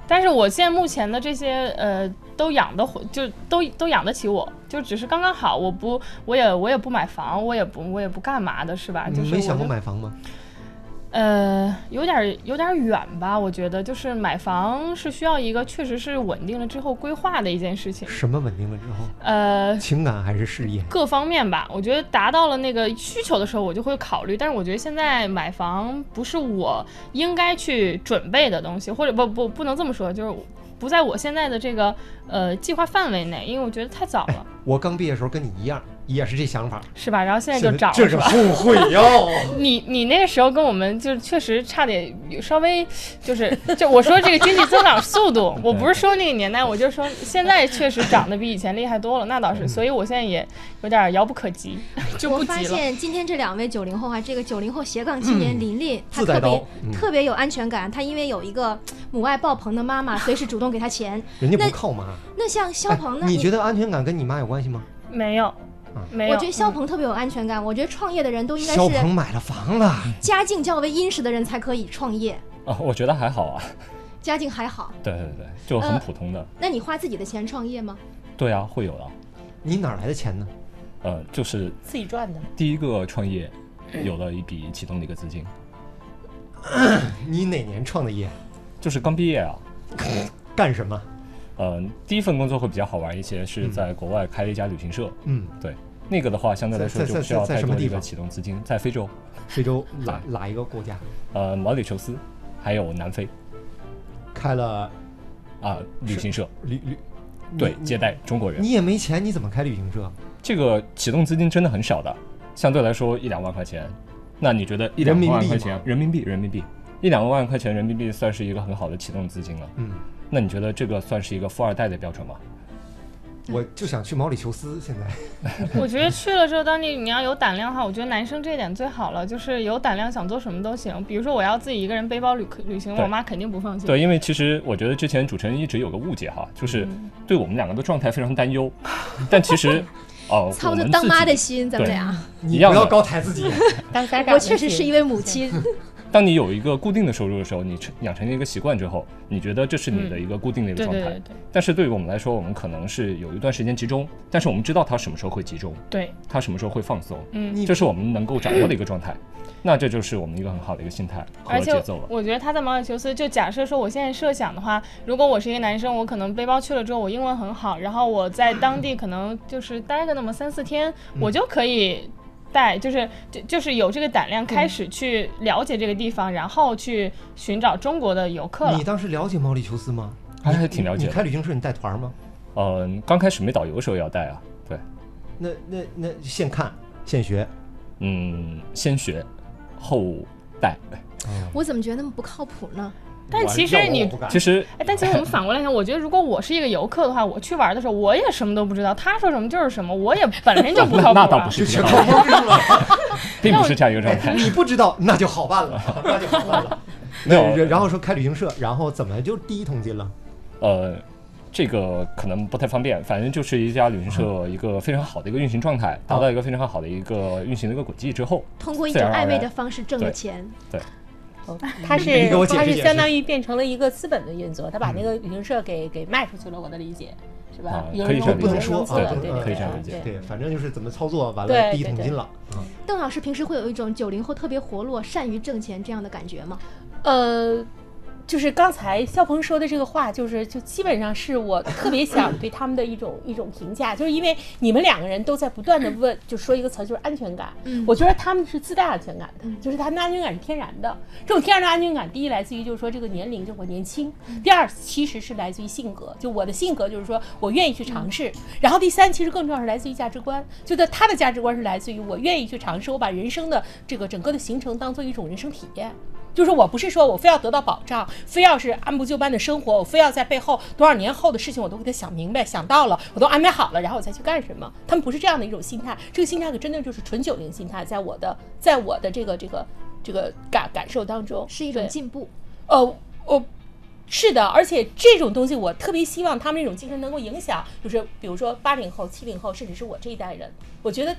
但是我现在目前的这些都养得就都养得起我，就只是刚刚好。我也不买房，我也不干嘛的，是吧？就是没想过买房吗？ 有点远吧，我觉得就是买房是需要一个确实是稳定了之后规划的一件事情。 什么稳定了之后？情感还是事业？ 各方面吧。我觉得达到了那个需求的时候，我就会考虑。但是我觉得现在买房不是我应该去准备的东西，或者不能这么说，就是不在我现在的这个计划范围内，因为我觉得太早了。 我刚毕业的时候跟你一样，也是这想法， 是吧？然后现在就涨了， 这是后悔哟。 你那个时候跟我们就确实差点稍微就我说这个经济增长速度，我不是说那个年代，我就说现在确实涨得比以前厉害多了，那倒是。所以我现在也有点遥不可及，就不急了。 我发现今天这2位90后这个90后斜杠青年琳琳，她特别有安全感。她因为有一个母爱爆棚的妈妈，随时主动给她钱。 人家不靠妈。 那像肖鹏呢？ 你觉得安全感跟你妈有关系吗？ 没有。没有， 我觉得肖鹏特别有安全感。我觉得创业的人都应该是肖鹏买了房了， 家境较为殷实的人才可以创业。 我觉得还好啊， 家境还好。 对，就很普通的。 那你花自己的钱创业吗？ 对啊，会有的。 你哪来的钱呢？ 就是自己赚的。 第一个创业有了一笔启动的一个资金。 你哪年创的业？ 就是刚毕业啊。 干什么？ 第一份工作会比较好玩一些，是在国外开了一家旅行社。对，那个的话相对来说就不需要太多的一个启动资金，在非洲。 非洲哪一个国家？ 毛里求斯，还有南非。 开了旅行社。对，接待中国人。 你也没钱，你怎么开旅行社？ 这个启动资金真的很少的，相对来说1-2万块钱。那你觉得1-2万块钱人民币1-2万块钱人民币算是一个很好的启动资金了？那你觉得这个算是一个富二代的标准吗？ 我就想去毛里求斯，现在。 我觉得去了之后，当你要有胆量的话，我觉得男生这一点最好了，就是有胆量想做什么都行。比如说我要自己一个人背包旅行，我妈肯定不放心。 对，因为其实我觉得之前主持人一直有个误解哈，就是对我们两个的状态非常担忧，但其实操着当妈的心，咱们俩。 你不要高抬自己。 我确实是一位母亲。 当你有一个固定的收入的时候，你养成一个习惯之后，你觉得这是你的一个固定的一个状态。但是对于我们来说，我们可能是有一段时间集中，但是我们知道它什么时候会集中， 对， 它什么时候会放松，这是我们能够掌握的一个状态。那这就是我们一个很好的一个心态和节奏了。 而且我觉得他在毛里求斯，就假设说我现在设想的话，如果我是一个男生，我可能背包去了之后，我英文很好，然后我在当地可能就是待个那么3-4天，我就可以就是有这个胆量开始去了解这个地方，然后去寻找中国的游客了。 你当时了解毛里求斯吗？ 还挺了解。 你开旅行社你带团吗？ 刚开始没导游的时候要带啊。对。 那现看现学？ 先学后带。 我怎么觉得那么不靠谱呢？ 但其实但其实我们反过来想，我觉得如果我是一个游客的话，我去玩的时候我也什么都不知道，他说什么就是什么，我也本身就不靠谱。 那倒不是，并不是这样一个状态。 你不知道那就好办了，那就好办了。没有，然后说开旅行社，然后怎么就第一桶金了？ 这个可能不太方便，反正就是一家旅行社一个非常好的一个运行状态，达到一个非常好的一个运行的一个轨迹之后， 通过一种暧昧的方式挣了钱。 对。 它是相当于变成了一个资本的运作，他把那个旅行社给卖出去了，我的理解是吧？ 可以这样不能说对， 可以这样理解。 对，反正就是怎么操作完了第一桶金了。 邓老师平时会有一种90后特别活络、善于挣钱这样的感觉吗？ 就是刚才肖鹏说的这个话，就基本上是我特别想对他们的一种评价，就是因为你们两个人都在不断的问，就说一个词就是安全感。我觉得他们是自带安全感的，就是他们的安全感是天然的。这种天然的安全感，第一来自于就是说这个年龄，就我年轻；第二其实是来自于性格，就我的性格就是说我愿意去尝试。然后第三，其实更重要是来自于价值观，就他的价值观是来自于我愿意去尝试，我把人生的这个整个的行程当做一种人生体验。就是我不是说我非要得到保障，非要是按部就班的生活，我非要在背后多少年后的事情我都给他想明白，想到了我都安排好了，然后我再去干什么。他们不是这样的一种心态，这个心态可真的就是纯90心态，在我的这个感受当中是一种进步。 是的，而且这种东西我特别希望他们这种精神能够影响，就是比如说80后、70后，甚至是我这一代人，我觉得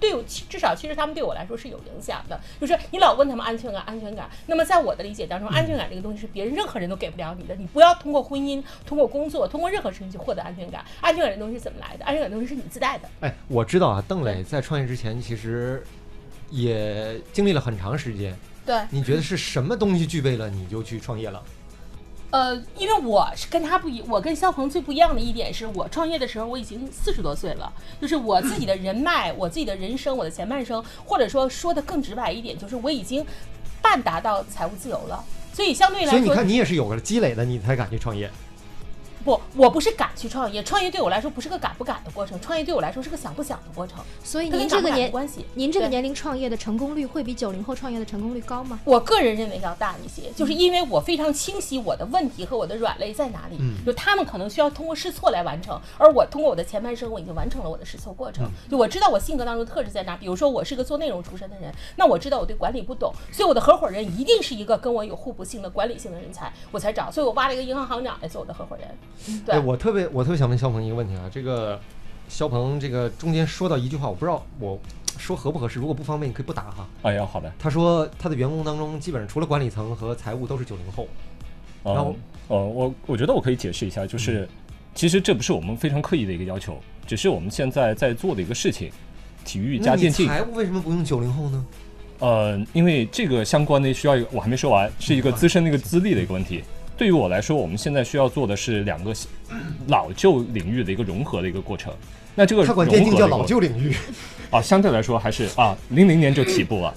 至少其实他们对我来说是有影响的。就是你老问他们安全感，那么在我的理解当中，安全感这个东西是别人任何人都给不了你的。你不要通过婚姻、通过工作、通过任何事情去获得安全感。安全感这东西是怎么来的？安全感这东西是你自带的。 哎，我知道啊，邓磊在创业之前其实也经历了很长时间。 对， 你觉得是什么东西具备了你就去创业了？ 因为我是跟他不一，我跟肖鹏最不一样的一点是我创业的时候我已经40多岁了，就是我自己的人脉、我自己的人生、我的前半生，或者说的更直白一点，就是我已经半达到财务自由了，所以相对来说， 所以你看你也是有个积累的，你才敢去创业。 不，我不是敢去创业，创业对我来说不是个敢不敢的过程，创业对我来说是个想不想的过程。 所以您这个年龄创业的成功率会比90后创业的成功率高吗？ 我个人认为要大一些，就是因为我非常清晰我的问题和我的软肋在哪里。就他们可能需要通过试错来完成，而我通过我的前半生我已经完成了我的试错过程。就我知道我性格当中的特质在哪，比如说我是个做内容出身的人，那我知道我对管理不懂，所以我的合伙人一定是一个跟我有互补性的管理性的人才，我才找。所以我挖了一个银行行长来做我的合伙人。对， 我特别想问肖鹏一个问题啊，这个肖鹏这个中间说到一句话，我不知道我说合不合适，如果不方便你可以不打哈。 哎呀，好的。 他说他的员工当中基本上除了管理层和财务都是90后。然后我觉得我可以解释一下，就是其实这不是我们非常刻意的一个要求，只是我们现在在做的一个事情，体育加电竞。 财务为什么不用90后呢？ 因为这个相关的需要我还没说完，是一个自身的一个资历的一个问题。对于我来说，我们现在需要做的是2个老旧领域的一个融合的一一个过程。那这个他管电竞叫老旧领域相对来说还是00年就起步了。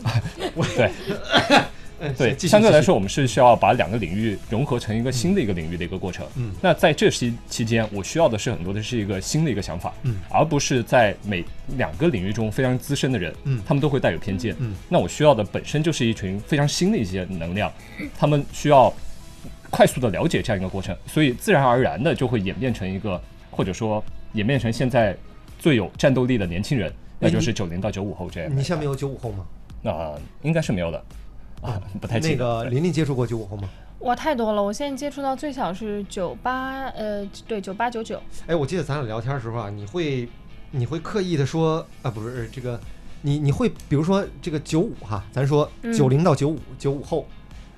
对，相对来说我们是需要把2个领域融合成一个新的一个领域的一个过程。那在这期间，我需要的是很多的是一个新的一个想法，而不是在每2个领域中非常资深的人，他们都会带有偏见。那我需要的本身就是一群非常新的一些能量，他们需要快速的了解这样一个过程，所以自然而然的就会演变成一个，或者说演变成现在最有战斗力的年轻人，那就是90到95后这样。 你下面有95后吗？ 应该是没有的不太记得。 那个琳琳接触过95后吗？ 哇，太多了！我现在接触到最小是98，对，98、99。 哎，我记得咱俩聊天的时候啊，你会刻意的说不是这个，你会比如说这个95哈，咱说90到95后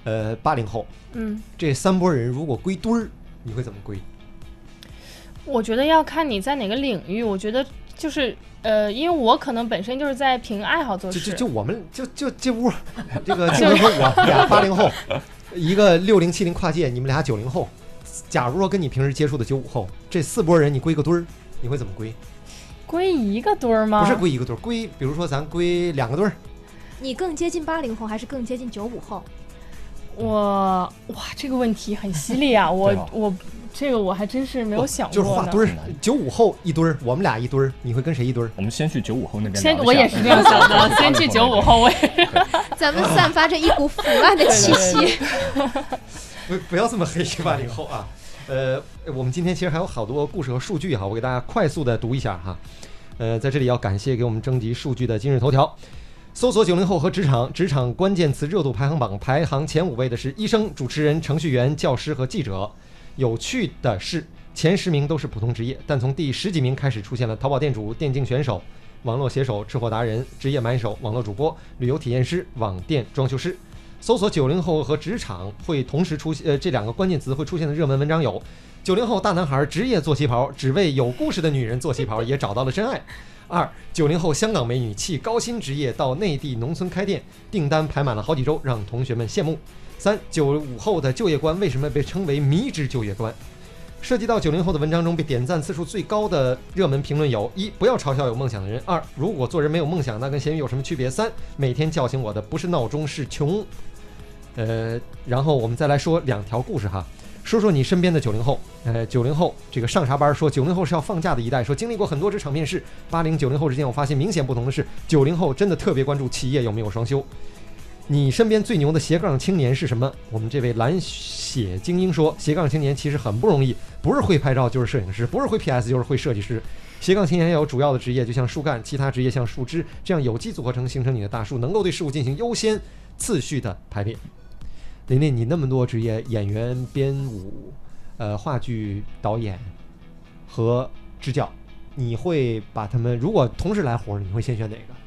，80后，这3波人如果归堆儿，你会怎么归？ 我觉得要看你在哪个领域。我觉得就是因为我可能本身就是在凭爱好做事。 就我们就这屋，这个静文和我俩80后，一个60、70跨界，你们俩90后。假如说跟你平时接触的95后，这4波人你归个堆儿，你会怎么归？ 归一个堆儿吗？ 不是归一个堆儿，归比如说咱归2个堆儿。 你更接近80后还是更接近95后？ 哇，这个问题很犀利啊！我这个我还真是没有想过呢。 就是画堆儿，95后一堆儿，我们俩一堆儿，你会跟谁一堆儿？ 我们先去95后那边。 我也是这样想的，先去95后。我也咱们散发着一股腐烂的气息。 不要这么黑80后啊！我们今天其实还有好多故事和数据哈，我给大家快速的读一下哈。在这里要感谢给我们征集数据的今日头条。搜索90后和职场关键词热度排行榜，排行前5位的是医生、主持人、程序员、教师和记者。有趣的是，前10名都是普通职业，但从第10几名开始出现了淘宝店主、电竞选手、网络写手、吃货达人、职业买手、网络主播、旅游体验师、网店装修师。搜索90后和职场会同时出现，这2个关键词会出现的热门文章有：90后大男孩职业做旗袍，只为有故事的女人做旗袍，也找到了真爱。290后香港美女弃高薪职业到内地农村开店，订单排满了好几周，让同学们羡慕。95后的就业观为什么被称为迷之就业观？涉及到90后的文章中被点赞次数最高的热门评论有：1. 不要嘲笑有梦想的人； 2. 如果做人没有梦想，那跟咸鱼有什么区别？3. 每天叫醒我的不是闹钟，是穷。然后我们再来说2条故事哈。说说你身边的90后，90后这个上啥班？说90后是要放假的一代，说经历过很多职场面试。80、90后之间，我发现明显不同的是，90后真的特别关注企业有没有双休。你身边最牛的斜杠青年是什么？我们这位蓝血精英说，斜杠青年其实很不容易，不是会拍照就是摄影师，不是会 PS 就是会设计师。斜杠青年要有主要的职业，就像树干，其他职业像树枝，这样有机组合成形成你的大树，能够对事物进行优先次序的排列。琳琳，你那么多职业，演员、编舞、话剧导演和支教，你会把他们如果同时来活，你会先选哪个？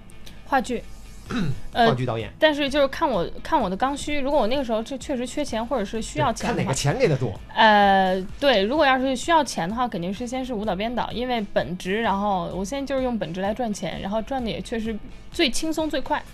话剧。 话剧导演， 但是就是看我的刚需，如果我那个时候确实缺钱，或者是需要钱的话， 看哪个钱给的多。 对，如果要是需要钱的话，肯定是先是舞蹈编导，因为本职，然后我现在就是用本职来赚钱，然后赚的也确实最轻松最快。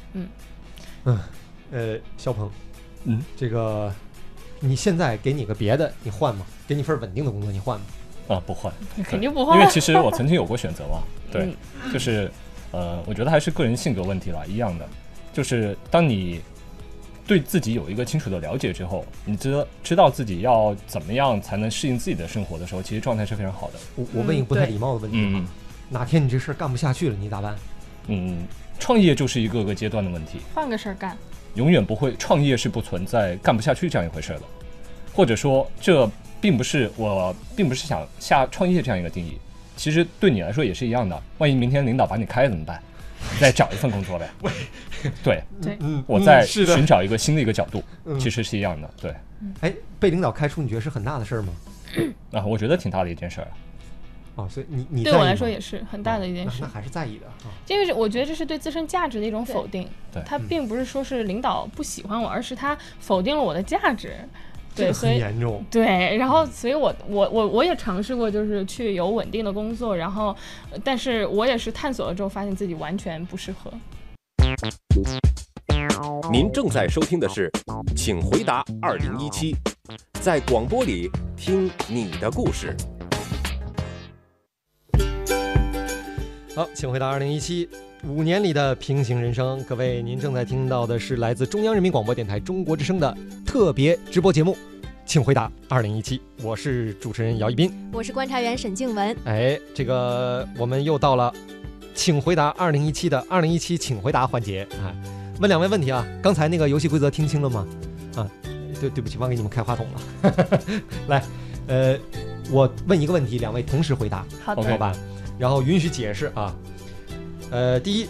肖鹏，这个你现在给你个别的，你换吗？给你份稳定的工作，你换吗？ 不换， 肯定不换。 因为其实我曾经有过选择嘛，对，就是我觉得还是个人性格问题啦，一样的，就是当你对自己有一个清楚的了解之后，你知道自己要怎么样才能适应自己的生活的时候，其实状态是非常好的。 我问一个不太礼貌的问题，哪天你这事儿干不下去了，你咋办？ 创业就是一个个阶段的问题， 换个事儿干， 永远不会，创业是不存在干不下去这样一回事的，或者说这并不是想下创业这样一个定义。其实对你来说也是一样的，万一明天领导把你开了怎么办？再找一份工作呗。对，我在寻找一个新的一个角度，其实是一样的。对， 被领导开除，你觉得是很大的事儿吗？ 我觉得挺大的一件事儿。 所以你对我来说也是很大的一件事， 那还是在意的。 因为我觉得这是对自身价值的一种否定。 对， 他并不是说是领导不喜欢我，而是他否定了我的价值。 对，很严重。 对，然后所以我也尝试过，就是去有稳定的工作，然后但是我也是探索了之后，发现自己完全不适合。 您正在收听的是《请回答2017》，在广播里听你的故事。 好，请回答2017 5年里的平行人生。各位，您正在听到的是来自中央人民广播电台中国之声的特别直播节目，请回答2017。我是主持人姚一斌， 我是观察员沈静文。 这个我们又到了请回答2017的2017请回答环节啊，问两位问题啊。刚才那个游戏规则听清了吗？对不起，忘给你们开话筒了。来，我问一个问题，两位同时回答， 好的， 好吧？然后允许解释啊。第一，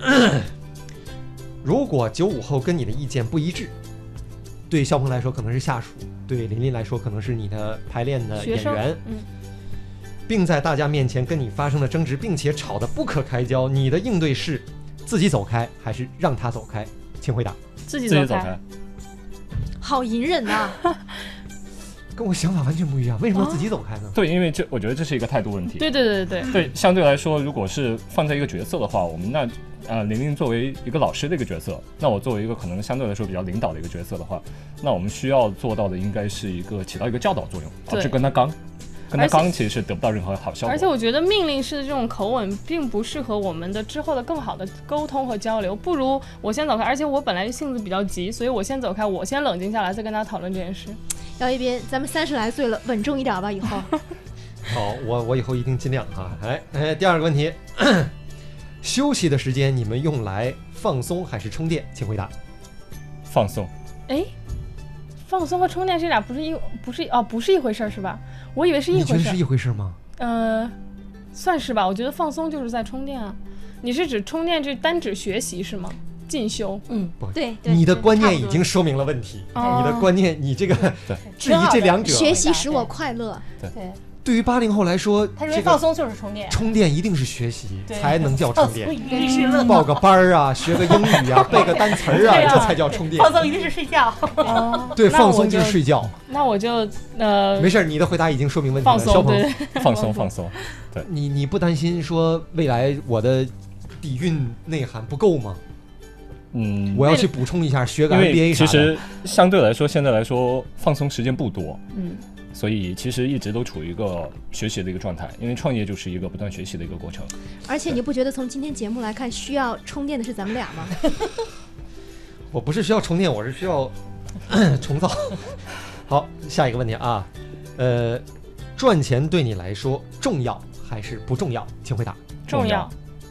如果95后跟你的意见不一致，对肖鹏来说可能是下属，对琳琳来说可能是你的排练的演员，并在大家面前跟你发生了争执，并且吵得不可开交，你的应对是自己走开还是让他走开？请回答。 自己走开。 好隐忍呐！ 跟我想法完全不一样，为什么要自己走开呢？ 对，因为我觉得这是一个态度问题。 对， 相对来说，如果是放在一个角色的话，我们琳琳作为一个老师的一个角色，那我作为一个可能相对来说比较领导的一个角色的话，那我们需要做到的应该是起到一个教导作用，而不是跟他刚其实是得不到任何好效果。 而且我觉得命令式的这种口吻并不适合我们的之后的更好的沟通和交流，不如我先走开。而且我本来性子比较急，所以我先走开，我先冷静下来，再跟他讨论这件事。 姚一斌，咱们30来岁了，稳重一点吧，以后。 好，我以后一定尽量哈。第二个问题，休息的时间你们用来放松还是充电？请回答。 放松。 放松和充电这俩不是一回事是吧？我以为是一回事。 你觉得是一回事吗？ 算是吧。我觉得放松就是在充电啊。你是指充电是单指学习是吗？进修？ 不对， 你的观念已经说明了问题。你的观念，你这个质疑这两者。 学习使我快乐。 对于80后来说， 他认为放松就是充电， 充电一定是学习才能叫充电。报个班啊，学个英语啊，背个单词啊，这才叫充电。 放松一定是睡觉。 对，放松就是睡觉。 那我就没事，你的回答已经说明问题了。 放松， 放松。对， 你不担心说未来我的底蕴内涵不够吗？我要去补充一下，学个 MBA 啥的。 其实相对来说，现在来说放松时间不多。所以其实一直都处于一个学习的一个状态，因为创业就是一个不断学习的一个过程。 而且你不觉得从今天节目来看，需要充电的是咱们俩吗？ 我不是需要充电，我是需要重造。好，下一个问题啊，赚钱对你来说重要还是不重要？请回答。 重要。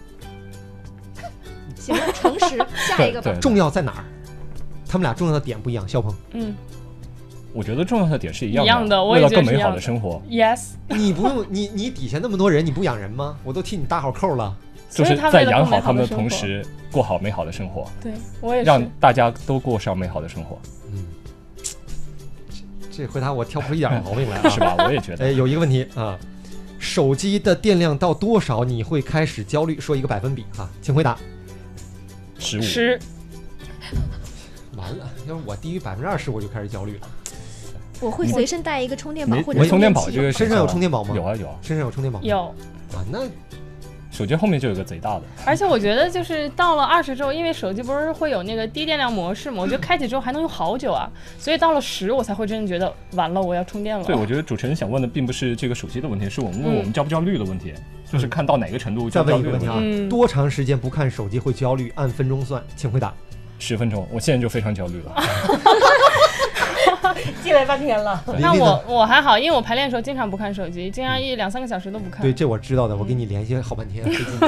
行了，诚实。下一个吧。 重要在哪儿？他们俩重要的点不一样。肖鹏。 我觉得重要的点是一样的，为了更美好的生活。 Yes， 你不用你底下那么多人，你不养人吗？我都替你搭好扣了。 就是在养好他们的同时，过好美好的生活。 对，我也是。 让大家都过上美好的生活。 这回答我挑不出一点毛病来， 是吧？我也觉得。 有一个问题啊，手机的电量到多少你会开始焦虑？说一个百分比啊，请回答。 15%。 完了，要是我低于20%，我就开始焦虑了。 我会随身带一个充电宝或者充电宝，这个身上有充电宝吗？ 有啊， 身上有充电宝吗？ 有啊，那手机后面就有个贼大的。 而且我觉得就是到了20之后，因为手机不是会有那个低电量模式嘛，我觉得开启之后还能用好久啊，所以到了10我才会真的觉得完了，我要充电了。 对，我觉得主持人想问的并不是这个手机的问题，是我们问我们焦不焦虑的问题，就是看到哪个程度再焦不焦虑。 问一个问题啊，多长时间不看手机会焦虑？按分钟算，请回答。 10分钟，我现在就非常焦虑了。 进来半天了。 那我还好，因为我排练的时候经常不看手机，经常1、2、3个小时都不看。 对，这我知道的，我跟你联系好半天。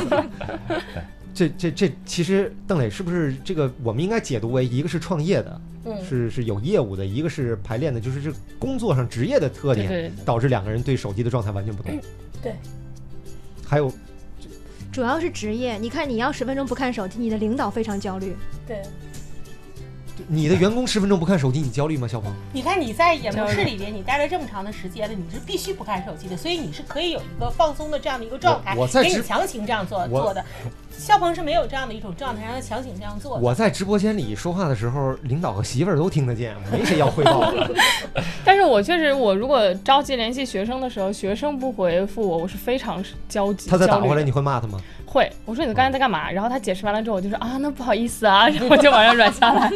这其实邓磊是不是这个我们应该解读为一个是创业的，是有业务的，一个是排练的，就是这工作上职业的特点， 对导致两个人对手机的状态完全不同。 对， 还有。 主要是职业，你看你要10分钟不看手机，你的领导非常焦虑。 对， 你的员工10分钟不看手机，你焦虑吗，小鹏？ 你看你在演播室里边，你待了这么长的时间了，你是必须不看手机的，所以你是可以有一个放松的这样的一个状态，给你强行这样做的。肖鹏是没有这样的一种状态，让他强行这样做的。 我在直播间里说话的时候，领导和媳妇儿都听得见，没谁要汇报的。 但是我确实，我如果着急联系学生的时候，学生不回复我，我是非常焦急。 他再打回来，你会骂他吗？ 会，我说你刚才在干嘛？然后他解释完了之后，我就说啊，那不好意思啊，然后我就马上软下来。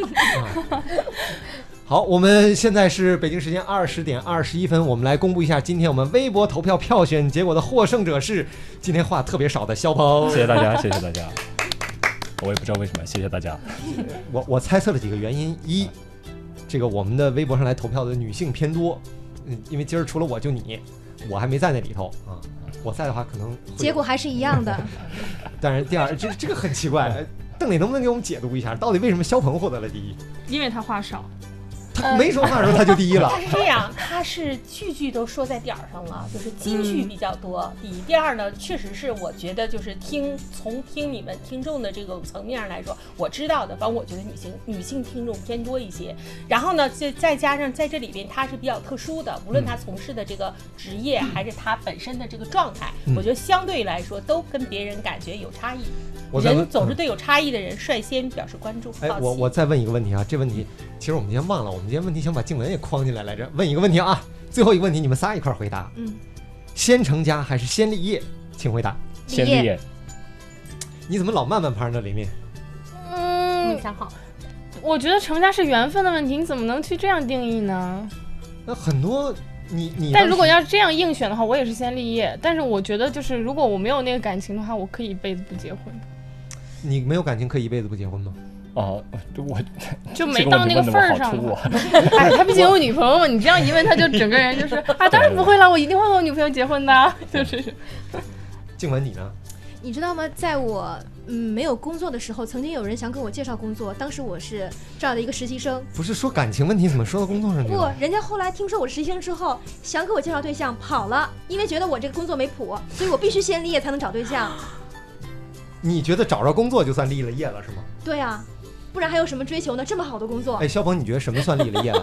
好，我们现在是北京时间20点21分，我们来公布一下今天我们微博投票票选结果的获胜者是今天话特别少的肖鹏。 谢谢大家，谢谢大家。我也不知道为什么，谢谢大家。 我猜测了几个原因：一，这个我们的微博上来投票的女性偏多，因为今儿除了我就你，我还没在那里头啊。我在的话可能结果还是一样的。 当然，第二，这个很奇怪，邓磊能不能给我们解读一下，到底为什么肖鹏获得了第一？ 因为他话少。 他没说话的时候他就第一了。 他是这样，他是句都说在点儿上了，就是金句比较多。第一，第二呢，确实是我觉得就是从听你们听众的这个层面上来说，我知道的，反正我觉得女性听众偏多一些。然后呢，再加上在这里边他是比较特殊的，无论他从事的这个职业还是他本身的这个状态，我觉得相对来说都跟别人感觉有差异。人总是对有差异的人率先表示关注。 哎，我再问一个问题啊，这问题其实我们今天忘了，我们今天问题想把静雯也框进来着。问一个问题啊，最后一个问题，你们仨一块回答。先成家还是先立业？请回答。 先立业。 你怎么老慢拍呢？里面？ 没想好。 我觉得成家是缘分的问题，你怎么能去这样定义呢？ 那很多你。 但如果要这样硬选的话，我也是先立业。但是我觉得就是如果我没有那个感情的话，我可以一辈子不结婚。 你没有感情可以一辈子不结婚吗？ 哦，我就没到那个份儿上。哎，他毕竟有女朋友嘛，你这样一问，他就整个人就是啊，当然不会了，我一定会和我女朋友结婚的，就是。 静雯，你呢？ 你知道吗？在我没有工作的时候，曾经有人想给我介绍工作，当时我是这儿的一个实习生。 不是说感情问题，怎么说到工作上去了？ 不，人家后来听说我实习生之后，想给我介绍对象跑了，因为觉得我这个工作没谱，所以我必须先立业才能找对象。 你觉得找着工作就算立了业了是吗？ 对啊，不然还有什么追求呢？这么好的工作。 哎，肖鹏，你觉得什么算立了业了？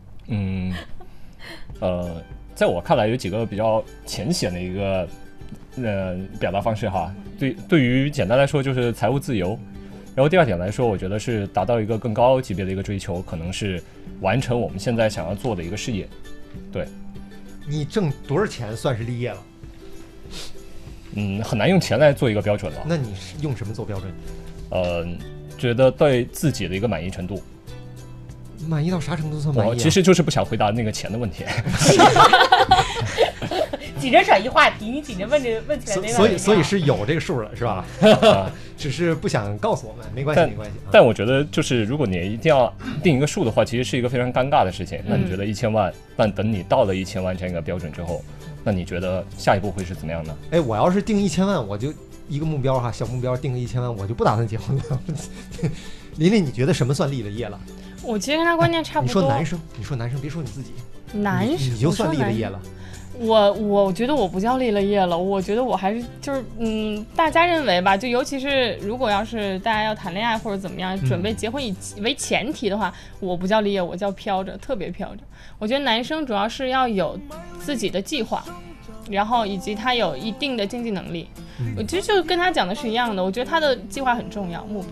在我看来有几个比较浅显的一个表达方式哈。对于简单来说就是财务自由，然后第二点来说，我觉得是达到一个更高级别的一个追求，可能是完成我们现在想要做的一个事业。对， 你挣多少钱算是立业了？ 很难用钱来做一个标准了。 那你是用什么做标准？ 觉得对自己的一个满意程度。 满意到啥程度算满意我其实就是不想回答那个钱的问题。 紧着转移话题，你紧着问起来没所以是有这个数了是吧？只是不想告诉我们，没关系。 但我觉得就是如果你一定要定一个数的话，其实是一个非常尴尬的事情。那你觉得1000万？但等你到了1000万这样一个标准之后，那你觉得下一步会是怎么样呢？ 哎，我要是定1000万，我就一个目标哈，小目标定个1000万，我就不打算结婚了。琳琳，你觉得什么算立了业了？ 我其实跟他观念差不多。 你说男生，别说你自己。 男生你就算立了业了。 我觉得我不叫立了业了，我觉得我还是就是大家认为吧，就尤其是如果要是大家要谈恋爱或者怎么样，准备结婚以为前提的话，我不叫立业，我叫飘着，特别飘着。我觉得男生主要是要有自己的计划，然后以及他有一定的经济能力。我其实就跟他讲的是一样的，我觉得他的计划很重要，目标。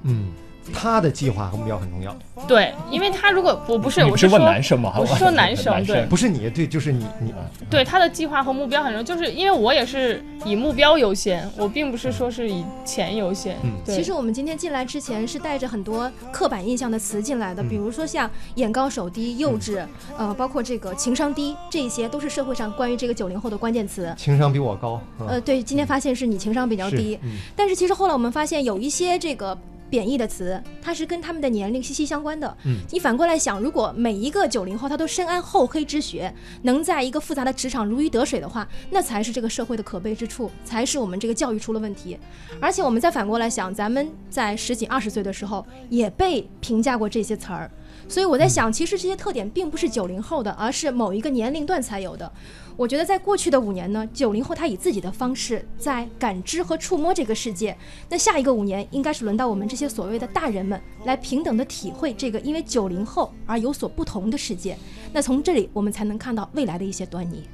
他的计划和目标很重要。 对，因为他如果我是问男生嘛， 我是说男生，对， 不是你，对，就是你， 对他的计划和目标很重要，就是因为我也是以目标优先，我并不是说是以钱优先。 其实我们今天进来之前是带着很多刻板印象的词进来的，比如说像眼高手低、幼稚，包括这个情商低，这些都是社会上关于这个90后的关键词。 情商比我高。 对，今天发现是你情商比较低，但是其实后来我们发现有一些这个贬义的词，它是跟他们的年龄息息相关的。你反过来想，如果每一个90后他都深谙厚黑之学，能在一个复杂的职场如鱼得水的话，那才是这个社会的可悲之处，才是我们这个教育出了问题。而且我们再反过来想，咱们在10几20岁的时候也被评价过这些词儿，所以我在想，其实这些特点并不是90后的，而是某一个年龄段才有的。我觉得在过去的5年呢，90后他以自己的方式在感知和触摸这个世界，那下一个5年应该是轮到我们这些所谓的大人们来平等的体会这个因为90后而有所不同的世界。那从这里我们才能看到未来的一些端倪。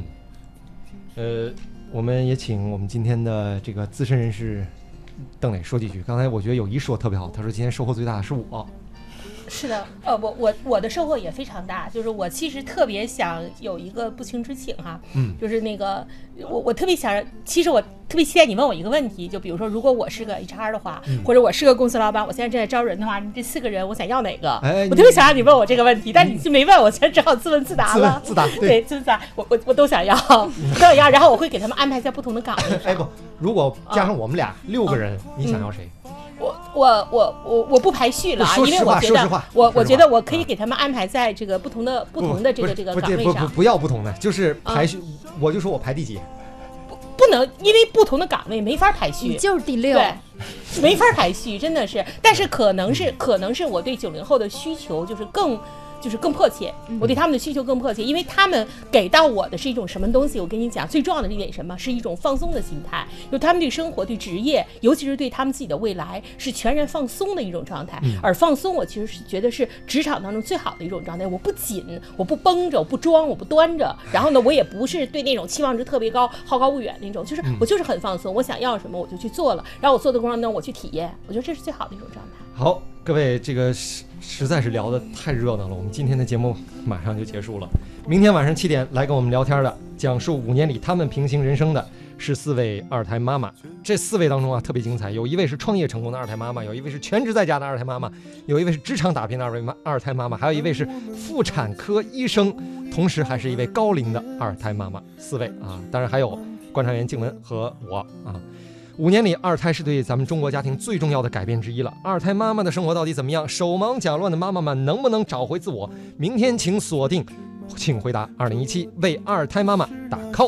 我们也请我们今天的这个资深人士邓磊说几句。刚才我觉得友谊说得特别好，他说今天收获最大的是我。 是的，我的收获也非常大，就是我其实特别想有一个不情之请哈，就是那个我特别想，其实我特别期待你问我一个问题，就比如说如果我是个 HR 的话，或者我是个公司老板，我现在正在招人的话，你这4个人我想要哪个？我特别想让你问我这个问题，但你就没问，我现在只好自问自答了。 自答， 对，自答，我都想要，都想要，然后我会给他们安排在不同的岗位上。 不，如果加上我们俩6个人，你想要谁？ 我不排序了啊，因为我觉得我觉得我可以给他们安排在这个不同的这个岗位上。 不要不同的，就是排序，我就说我排第几。 不能，因为不同的岗位没法排序， 你就是第6， 对，没法排序，真的是。但是可能是我对90后的需求就是更迫切，我对他们的需求更迫切，因为他们给到我的是一种什么东西？我跟你讲，最重要的一点什么？是一种放松的心态，就他们对生活、对职业，尤其是对他们自己的未来，是全然放松的一种状态。而放松，我其实是觉得是职场当中最好的一种状态。我不紧，我不绷着，我不装，我不端着，然后呢，我也不是对那种期望值特别高、好高骛远那种，就是我就是很放松，我想要什么我就去做了，然后我做的过程中我去体验，我觉得这是最好的一种状态。 好，各位，这个实在是聊得太热闹了，我们今天的节目马上就结束了。明天晚上7点来跟我们聊天的，讲述5年里他们平行人生的是4位2胎妈妈。这4位当中啊，特别精彩，有一位是创业成功的2胎妈妈，有一位是全职在家的2胎妈妈，有一位是职场打拼的2胎妈妈，还有一位是妇产科医生，同时还是一位高龄的2胎妈妈。4位啊，当然还有观察员静文和我啊。5年里，2胎是对咱们中国家庭最重要的改变之一了。2胎妈妈的生活到底怎么样？手忙脚乱的妈妈们能不能找回自我？明天请锁定，请回答2017，为2胎妈妈打 call。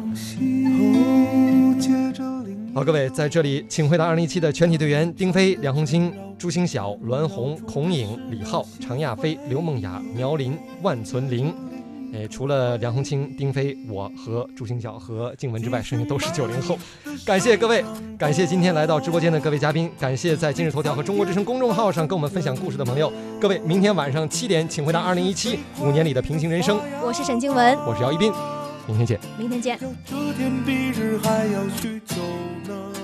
好，各位，在这里，请回答2017的全体队员：丁飞、梁红清、朱星晓、栾红、孔颖、李浩、常亚飞、刘梦雅、苗林、万存玲。除了梁红清、丁飞、我和朱星晓和静文之外，剩下都是90后。感谢各位，感谢今天来到直播间的各位嘉宾，感谢在今日头条和中国之声公众号上跟我们分享故事的朋友。各位，明天晚上7点，请回答2017 5年里的平行人生。 我是沈静文， 我是姚一斌，明天见。 明天见。 这天比日还要许久呢。